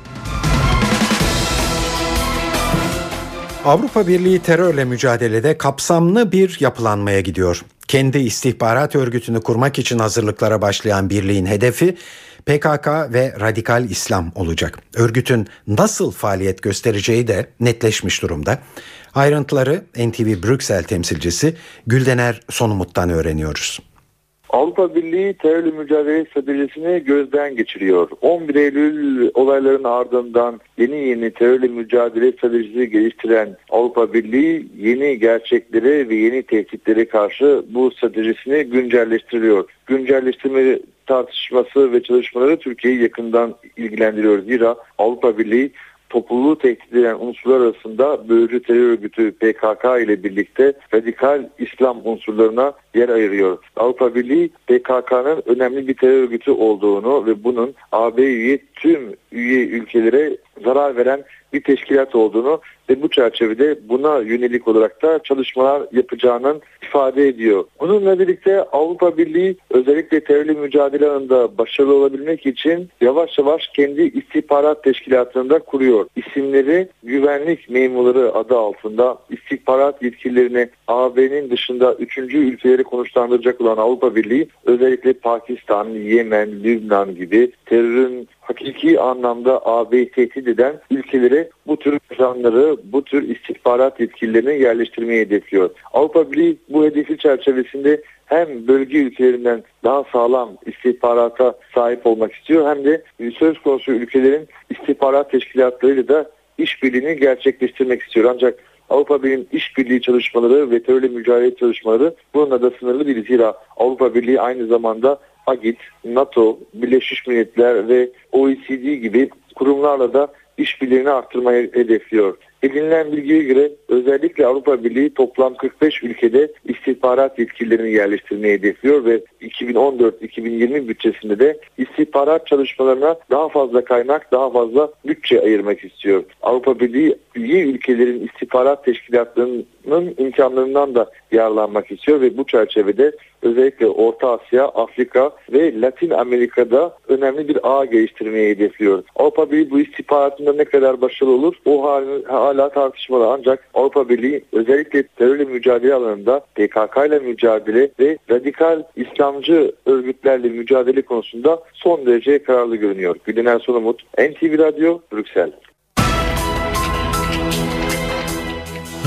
Avrupa Birliği terörle mücadelede kapsamlı bir yapılanmaya gidiyor. Kendi istihbarat örgütünü kurmak için hazırlıklara başlayan birliğin hedefi P K K ve Radikal İslam olacak. Örgütün nasıl faaliyet göstereceği de netleşmiş durumda. Ayrıntıları N T V Brüksel temsilcisi Güldener Sonumut'tan öğreniyoruz. Avrupa Birliği terörle mücadele stratejisini gözden geçiriyor. on bir Eylül olaylarının ardından yeni yeni terörle mücadele stratejisi geliştiren Avrupa Birliği yeni gerçeklere ve yeni tehditlere karşı bu stratejisini güncelleştiriyor. Güncelleştirme tartışması ve çalışmaları Türkiye'yi yakından ilgilendiriyor. Zira Avrupa Birliği topluluğu tehdit eden unsurlar arasında bölücü terör örgütü P K K ile birlikte radikal İslam unsurlarına yer ayırıyor. Avrupa Birliği P K K'nın önemli bir terör örgütü olduğunu ve bunun A B üye tüm üye ülkelere zarar veren bir teşkilat olduğunu ve bu çerçevede buna yönelik olarak da çalışmalar yapacağının ifade ediyor. Bununla birlikte Avrupa Birliği özellikle terörle mücadele alanında başarılı olabilmek için yavaş yavaş kendi istihbarat teşkilatını da kuruyor. İsimleri güvenlik memurları adı altında istihbarat yetkililerini A B'nin dışında üçüncü ülkeleri konuşlandıracak olan Avrupa Birliği özellikle Pakistan, Yemen, Lübnan gibi terörün hakiki anlamda A B'yi tehdit eden ülkelere bu tür planları, bu tür istihbarat yetkililerini yerleştirmeyi hedefliyor. Avrupa Birliği bu hedefi çerçevesinde hem bölge ülkelerinden daha sağlam istihbarata sahip olmak istiyor hem de söz konusu ülkelerin istihbarat teşkilatlarıyla da işbirliğini gerçekleştirmek istiyor. Ancak Avrupa Birliği'nin işbirliği çalışmaları ve terörle mücadele çalışmaları bununla da sınırlı değil. Zira Avrupa Birliği aynı zamanda A G İ T, NATO, Birleşmiş Milletler ve O E C D gibi kurumlarla da işbirliğini arttırmayı hedefliyor. Edinilen bilgiye göre özellikle Avrupa Birliği toplam kırk beş ülkede istihbarat yetkililerini yerleştirmeyi hedefliyor ve iki bin on dört iki bin yirmi bütçesinde de istihbarat çalışmalarına daha fazla kaynak, daha fazla bütçe ayırmak istiyor. Avrupa Birliği üye ülkelerin istihbarat teşkilatlarının imkanlarından da yararlanmak istiyor ve bu çerçevede özellikle Orta Asya, Afrika ve Latin Amerika'da önemli bir ağ geliştirmeyi hedefliyor. Avrupa Birliği bu istihbaratında ne kadar başarılı olur o hala tartışmalı, ancak Avrupa Birliği özellikle terörle mücadele alanında P K K ile mücadele ve radikal İslamcı örgütlerle mücadele konusunda son derece kararlı görünüyor. Güldener Sonumut, N T V Radyo, Brüksel.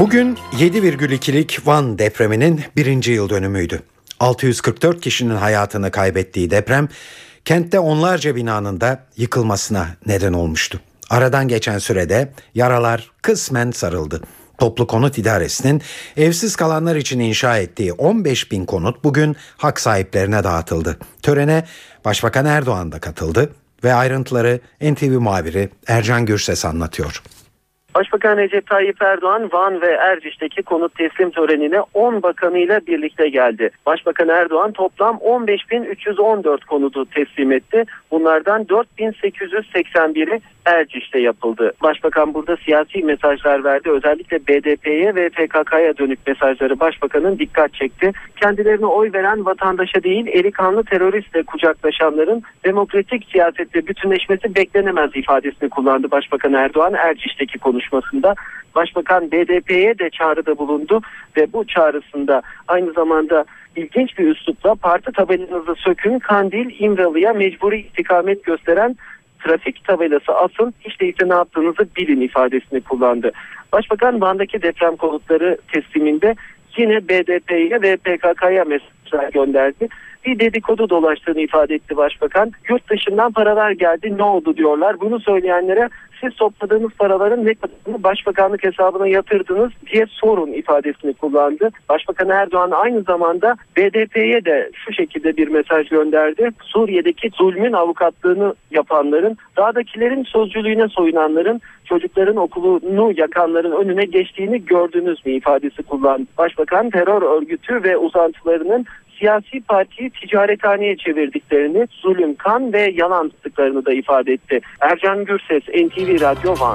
Bugün yedi virgül ikilik Van depreminin birinci yıl dönümüydü. altı yüz kırk dört kişinin hayatını kaybettiği deprem kentte onlarca binanın da yıkılmasına neden olmuştu. Aradan geçen sürede yaralar kısmen sarıldı. Toplu Konut İdaresi'nin evsiz kalanlar için inşa ettiği on beş bin konut bugün hak sahiplerine dağıtıldı. Törene Başbakan Erdoğan da katıldı ve ayrıntıları N T V muhabiri Ercan Gürses anlatıyor. Başbakan Recep Tayyip Erdoğan Van ve Erciş'teki konut teslim törenine on bakanıyla birlikte geldi. Başbakan Erdoğan toplam on beş bin üç yüz on dört konutu teslim etti. Bunlardan dört bin sekiz yüz seksen biri Erciş'te yapıldı. Başbakan burada siyasi mesajlar verdi. Özellikle B D P'ye ve P K K'ya dönük mesajları başbakanın dikkat çekti. Kendilerine oy veren vatandaşa değil, eli kanlı teröristle kucaklaşanların demokratik siyasette bütünleşmesi beklenemez ifadesini kullandı Başbakan Erdoğan Erciş'teki konuşmasında. Başbakan B D P'ye de çağrıda bulundu ve bu çağrısında aynı zamanda ilginç bir üslupla parti tabelanızı sökün, Kandil, İmralı'ya mecburi istikamet gösteren trafik tabelası asın, hiç değilse ne yaptığınızı bilin ifadesini kullandı. Başbakan Van'daki deprem konutları tesliminde yine B D P'ye ve P K K'ya mesajlar gönderdi. Bir dedikodu dolaştığını ifade etti Başbakan. Yurt dışından paralar geldi, ne oldu diyorlar. Bunu söyleyenlere siz topladığınız paraların ne kadarını başbakanlık hesabına yatırdınız diye sorun ifadesini kullandı. Başbakan Erdoğan aynı zamanda B D P'ye de şu şekilde bir mesaj gönderdi. Suriye'deki zulmün avukatlığını yapanların, dağdakilerin sözcülüğüne soyunanların, çocukların okulunu yakanların önüne geçtiğini gördünüz mü ifadesi kullandı. Başbakan terör örgütü ve uzantılarının siyasi partiyi ticarethaneye çevirdiklerini, zulüm, kan ve yalan tuttuklarını da ifade etti. Ercan Gürses, N T V Radyo Van.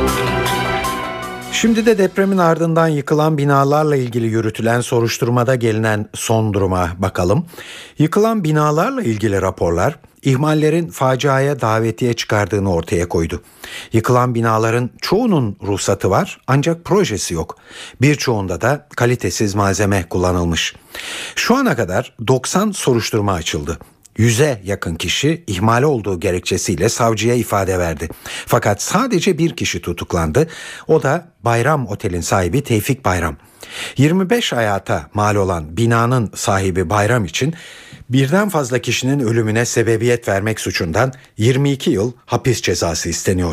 Şimdi de depremin ardından yıkılan binalarla ilgili yürütülen soruşturmada gelinen son duruma bakalım. Yıkılan binalarla ilgili raporlar ihmallerin faciaya davetiye çıkardığını ortaya koydu. Yıkılan binaların çoğunun ruhsatı var ancak projesi yok. Birçoğunda da kalitesiz malzeme kullanılmış. Şu ana kadar doksan soruşturma açıldı. Yüze yakın kişi ihmal olduğu gerekçesiyle savcıya ifade verdi. Fakat sadece bir kişi tutuklandı. O da Bayram Otel'in sahibi Tevfik Bayram. yirmi beş hayata mal olan binanın sahibi Bayram için birden fazla kişinin ölümüne sebebiyet vermek suçundan yirmi iki yıl hapis cezası isteniyor.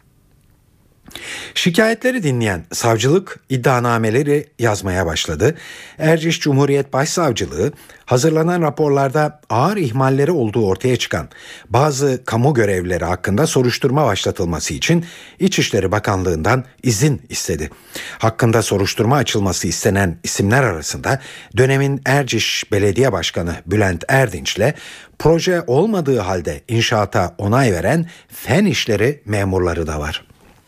Şikayetleri dinleyen savcılık iddianameleri yazmaya başladı. Erciş Cumhuriyet Başsavcılığı hazırlanan raporlarda ağır ihmalleri olduğu ortaya çıkan bazı kamu görevlileri hakkında soruşturma başlatılması için İçişleri Bakanlığı'ndan izin istedi. Hakkında soruşturma açılması istenen isimler arasında dönemin Erciş Belediye Başkanı Bülent Erdinç'le proje olmadığı halde inşaata onay veren fen işleri memurları da var.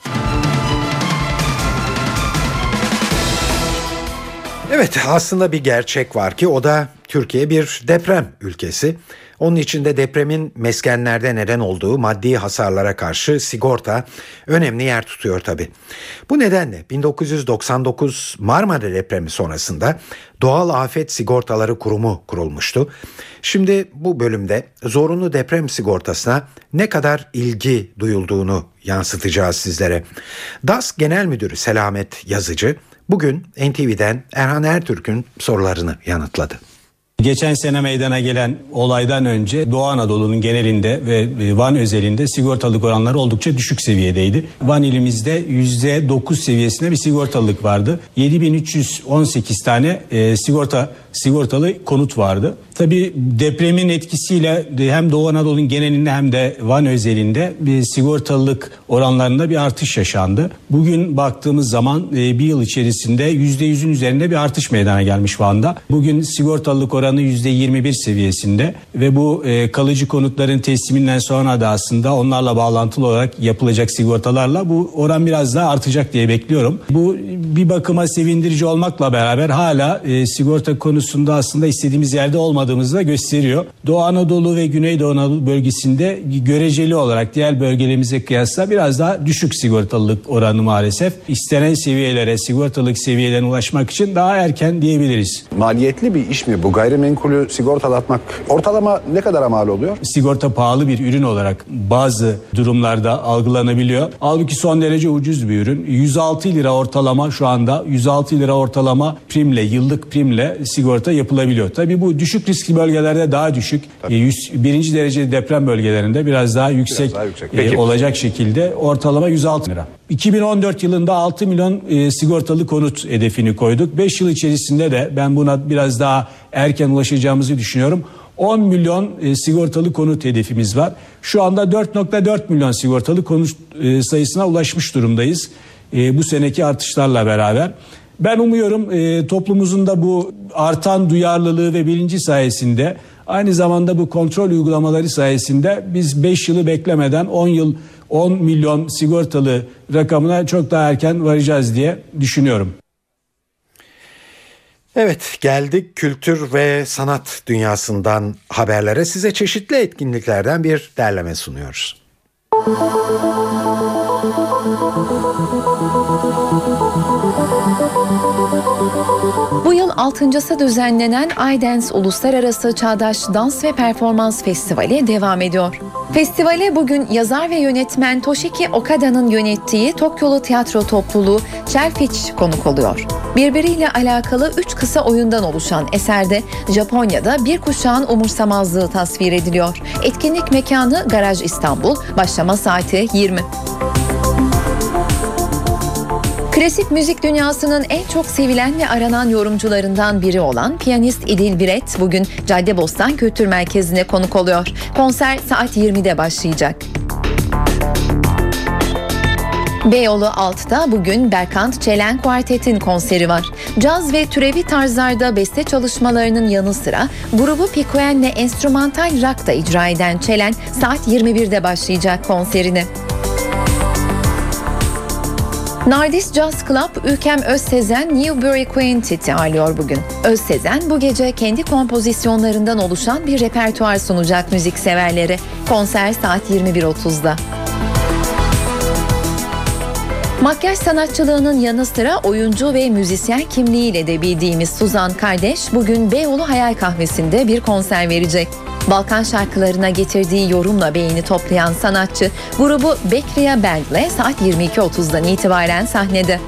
Evet, aslında bir gerçek var ki o da Türkiye bir deprem ülkesi. Onun içinde depremin meskenlerde neden olduğu maddi hasarlara karşı sigorta önemli yer tutuyor tabii. Bu nedenle bin dokuz yüz doksan dokuz Marmara depremi sonrasında Doğal Afet Sigortaları Kurumu kurulmuştu. Şimdi bu bölümde zorunlu deprem sigortasına ne kadar ilgi duyulduğunu yansıtacağız sizlere. D A S Genel Müdürü Selamet Yazıcı bugün N T V'den Erhan Ertürk'ün sorularını yanıtladı. Geçen sene meydana gelen olaydan önce Doğu Anadolu'nun genelinde ve Van özelinde sigortalılık oranları oldukça düşük seviyedeydi. Van ilimizde yüzde dokuz seviyesinde bir sigortalılık vardı. yedi bin üç yüz on sekiz tane e, sigorta sigortalı konut vardı. Tabii depremin etkisiyle hem Doğu Anadolu'nun genelinde hem de Van özelinde bir sigortalılık oranlarında bir artış yaşandı. Bugün baktığımız zaman e, bir yıl içerisinde yüzde yüzün üzerinde bir artış meydana gelmiş Van'da. Bugün sigortalılık oranı yüzde yirmi bir seviyesinde ve bu e, kalıcı konutların tesliminden sonra da aslında onlarla bağlantılı olarak yapılacak sigortalarla bu oran biraz daha artacak diye bekliyorum. Bu bir bakıma sevindirici olmakla beraber hala e, sigorta konusunda aslında istediğimiz yerde olmadığımızı da gösteriyor. Doğu Anadolu ve Güneydoğu Anadolu bölgesinde göreceli olarak diğer bölgelerimize kıyasla biraz daha düşük sigortalılık oranı maalesef. İstenen seviyelere, sigortalılık seviyelerine ulaşmak için daha erken diyebiliriz. Maliyetli bir iş mi bu? Gayrimenkul gayrimenkulü sigortalatmak ortalama ne kadar mal oluyor? Sigorta pahalı bir ürün olarak bazı durumlarda algılanabiliyor. Halbuki son derece ucuz bir ürün. yüz altı lira ortalama şu anda yüz altı lira ortalama primle, yıllık primle sigorta yapılabiliyor. Tabii bu düşük riskli bölgelerde daha düşük. yüz birinci derece deprem bölgelerinde biraz daha yüksek, biraz daha yüksek. E, olacak şekilde ortalama yüz altı lira. iki bin on dört yılında altı milyon e, sigortalı konut hedefini koyduk. beş yıl içerisinde de ben buna biraz daha erken ulaşacağımızı düşünüyorum. on milyon e, sigortalı konut hedefimiz var. Şu anda dört nokta dört milyon sigortalı konut e, sayısına ulaşmış durumdayız. E, bu seneki artışlarla beraber. Ben umuyorum e, toplumumuzun da bu artan duyarlılığı ve bilinci sayesinde, aynı zamanda bu kontrol uygulamaları sayesinde biz beş yılı beklemeden on yıl on milyon sigortalı rakamına çok daha erken varacağız diye düşünüyorum. Evet, geldik kültür ve sanat dünyasından haberlere. Size çeşitli etkinliklerden bir derleme sunuyoruz. Bu yıl altıncısı düzenlenen iDance Uluslararası Çağdaş Dans ve Performans Festivali devam ediyor. Festivale bugün yazar ve yönetmen Toshiki Okada'nın yönettiği Tokyolu tiyatro topluluğu Shellfish konuk oluyor. Birbiriyle alakalı üç kısa oyundan oluşan eserde Japonya'da bir kuşağın umursamazlığı tasvir ediliyor. Etkinlik mekanı Garaj İstanbul, başlama saati yirmi. Klasik müzik dünyasının en çok sevilen ve aranan yorumcularından biri olan piyanist İdil Biret bugün Caddebostan Kültür Merkezi'ne konuk oluyor. Konser saat yirmide başlayacak. Beyoğlu altıda bugün Berkant Çelen Kuartet'in konseri var. Caz ve türevi tarzlarda beste çalışmalarının yanı sıra grubu Picoen'le enstrümantal rock da icra eden Çelen saat yirmi birde başlayacak konserini. Nardis Jazz Club, Ülkem Özsezen Newbury Quintet'i ağırlıyor bugün. Özsezen bu gece kendi kompozisyonlarından oluşan bir repertuar sunacak müzikseverlere. Konser saat yirmi bir otuzda. Makyaj sanatçılığının yanı sıra oyuncu ve müzisyen kimliğiyle de bildiğimiz Suzan Kardeş bugün Beyoğlu Hayal Kahvesi'nde bir konser verecek. Balkan şarkılarına getirdiği yorumla beğeni toplayan sanatçı grubu Bekriya Band'le saat yirmi iki otuzdan itibaren sahnede.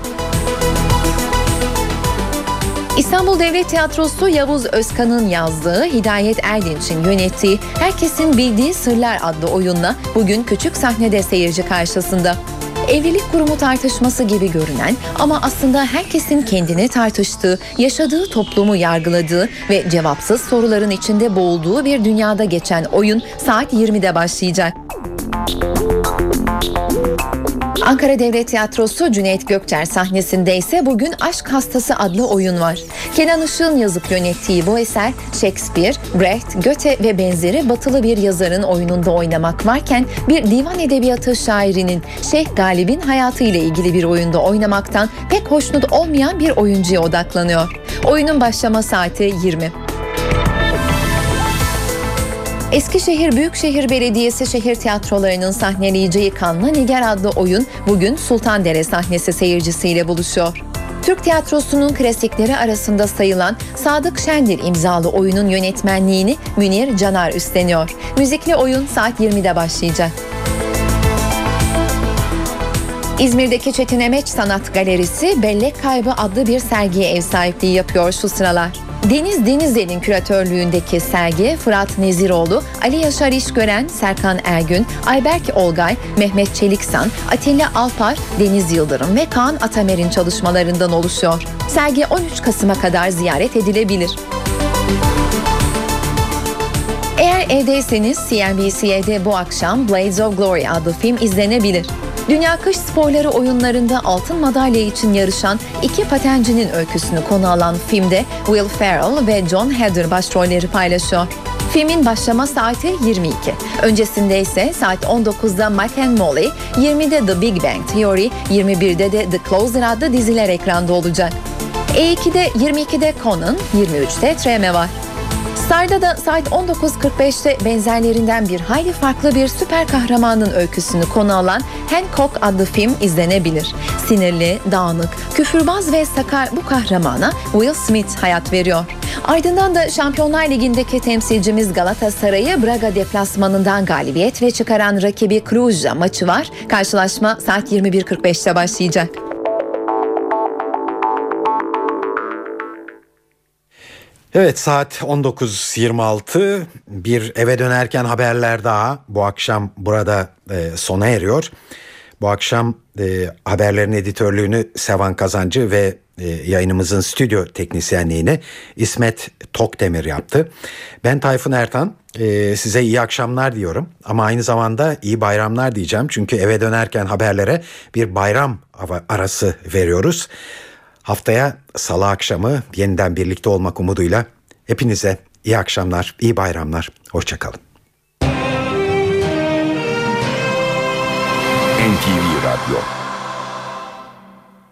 İstanbul Devlet Tiyatrosu Yavuz Özkan'ın yazdığı, Hidayet Erdinç'in yönettiği Herkesin Bildiği Sırlar adlı oyunla bugün küçük sahnede seyirci karşısında. Evlilik kurumu tartışması gibi görünen ama aslında herkesin kendini tartıştığı, yaşadığı toplumu yargıladığı ve cevapsız soruların içinde boğulduğu bir dünyada geçen oyun saat yirmide başlayacak. Ankara Devlet Tiyatrosu Cüneyt Gökçer sahnesinde ise bugün Aşk Hastası adlı oyun var. Kenan Işık'ın yazıp yönettiği bu eser Shakespeare, Brecht, Goethe ve benzeri batılı bir yazarın oyununda oynamak varken bir divan edebiyatı şairinin Şeyh Galip'in hayatı ile ilgili bir oyunda oynamaktan pek hoşnut olmayan bir oyuncuya odaklanıyor. Oyunun başlama saati yirmi. Eskişehir Büyükşehir Belediyesi şehir tiyatrolarının sahneleyeceği Kanlı Nigar adlı oyun bugün Sultandere sahnesi seyircisiyle buluşuyor. Türk tiyatrosunun klasikleri arasında sayılan Sadık Şendil imzalı oyunun yönetmenliğini Münir Canar üstleniyor. Müzikli oyun saat yirmide başlayacak. İzmir'deki Çetin Emeç Sanat Galerisi Bellek Kaybı adlı bir sergiye ev sahipliği yapıyor şu sıralar. Deniz Denizel'in küratörlüğündeki sergi Fırat Neziroğlu, Ali Yaşar İşgören, Serkan Ergün, Ayberk Olgay, Mehmet Çeliksan, Atilla Alpar, Deniz Yıldırım ve Kaan Atamer'in çalışmalarından oluşuyor. Sergi on üç Kasım'a kadar ziyaret edilebilir. Eğer evdeyseniz C N B C'de bu akşam Blades of Glory adlı film izlenebilir. Dünya Kış Sporları oyunlarında altın madalya için yarışan iki patencinin öyküsünü konu alan filmde Will Ferrell ve John Hader başrolleri paylaşıyor. Filmin başlama saati yirmi iki. Öncesinde ise saat on dokuzda Mike and Molly, yirmide The Big Bang Theory, yirmi birde de The Closer adlı diziler ekranda olacak. E iki'de yirmi ikide Conan, yirmi üçte Treme var. Star'da da saat on dokuz kırk beşte benzerlerinden bir hayli farklı bir süper kahramanın öyküsünü konu alan Hancock adlı film izlenebilir. Sinirli, dağınık, küfürbaz ve sakar bu kahramana Will Smith hayat veriyor. Ardından da Şampiyonlar Ligi'ndeki temsilcimiz Galatasaray'ı Braga deplasmanından galibiyet ve çıkaran rakibi Cluj maçı var. Karşılaşma saat yirmi bir kırk beşte başlayacak. Evet, saat on dokuz yirmi altı, bir eve dönerken haberler daha bu akşam burada e, sona eriyor. Bu akşam e, haberlerin editörlüğünü Sevan Kazancı ve e, yayınımızın stüdyo teknisyenliğini İsmet Tokdemir yaptı. Ben Tayfun Ertan, e, size iyi akşamlar diyorum ama aynı zamanda iyi bayramlar diyeceğim. Çünkü eve dönerken haberlere bir bayram arası veriyoruz. Haftaya Salı akşamı yeniden birlikte olmak umuduyla hepinize iyi akşamlar, iyi bayramlar, hoşça kalın. N T V Radyo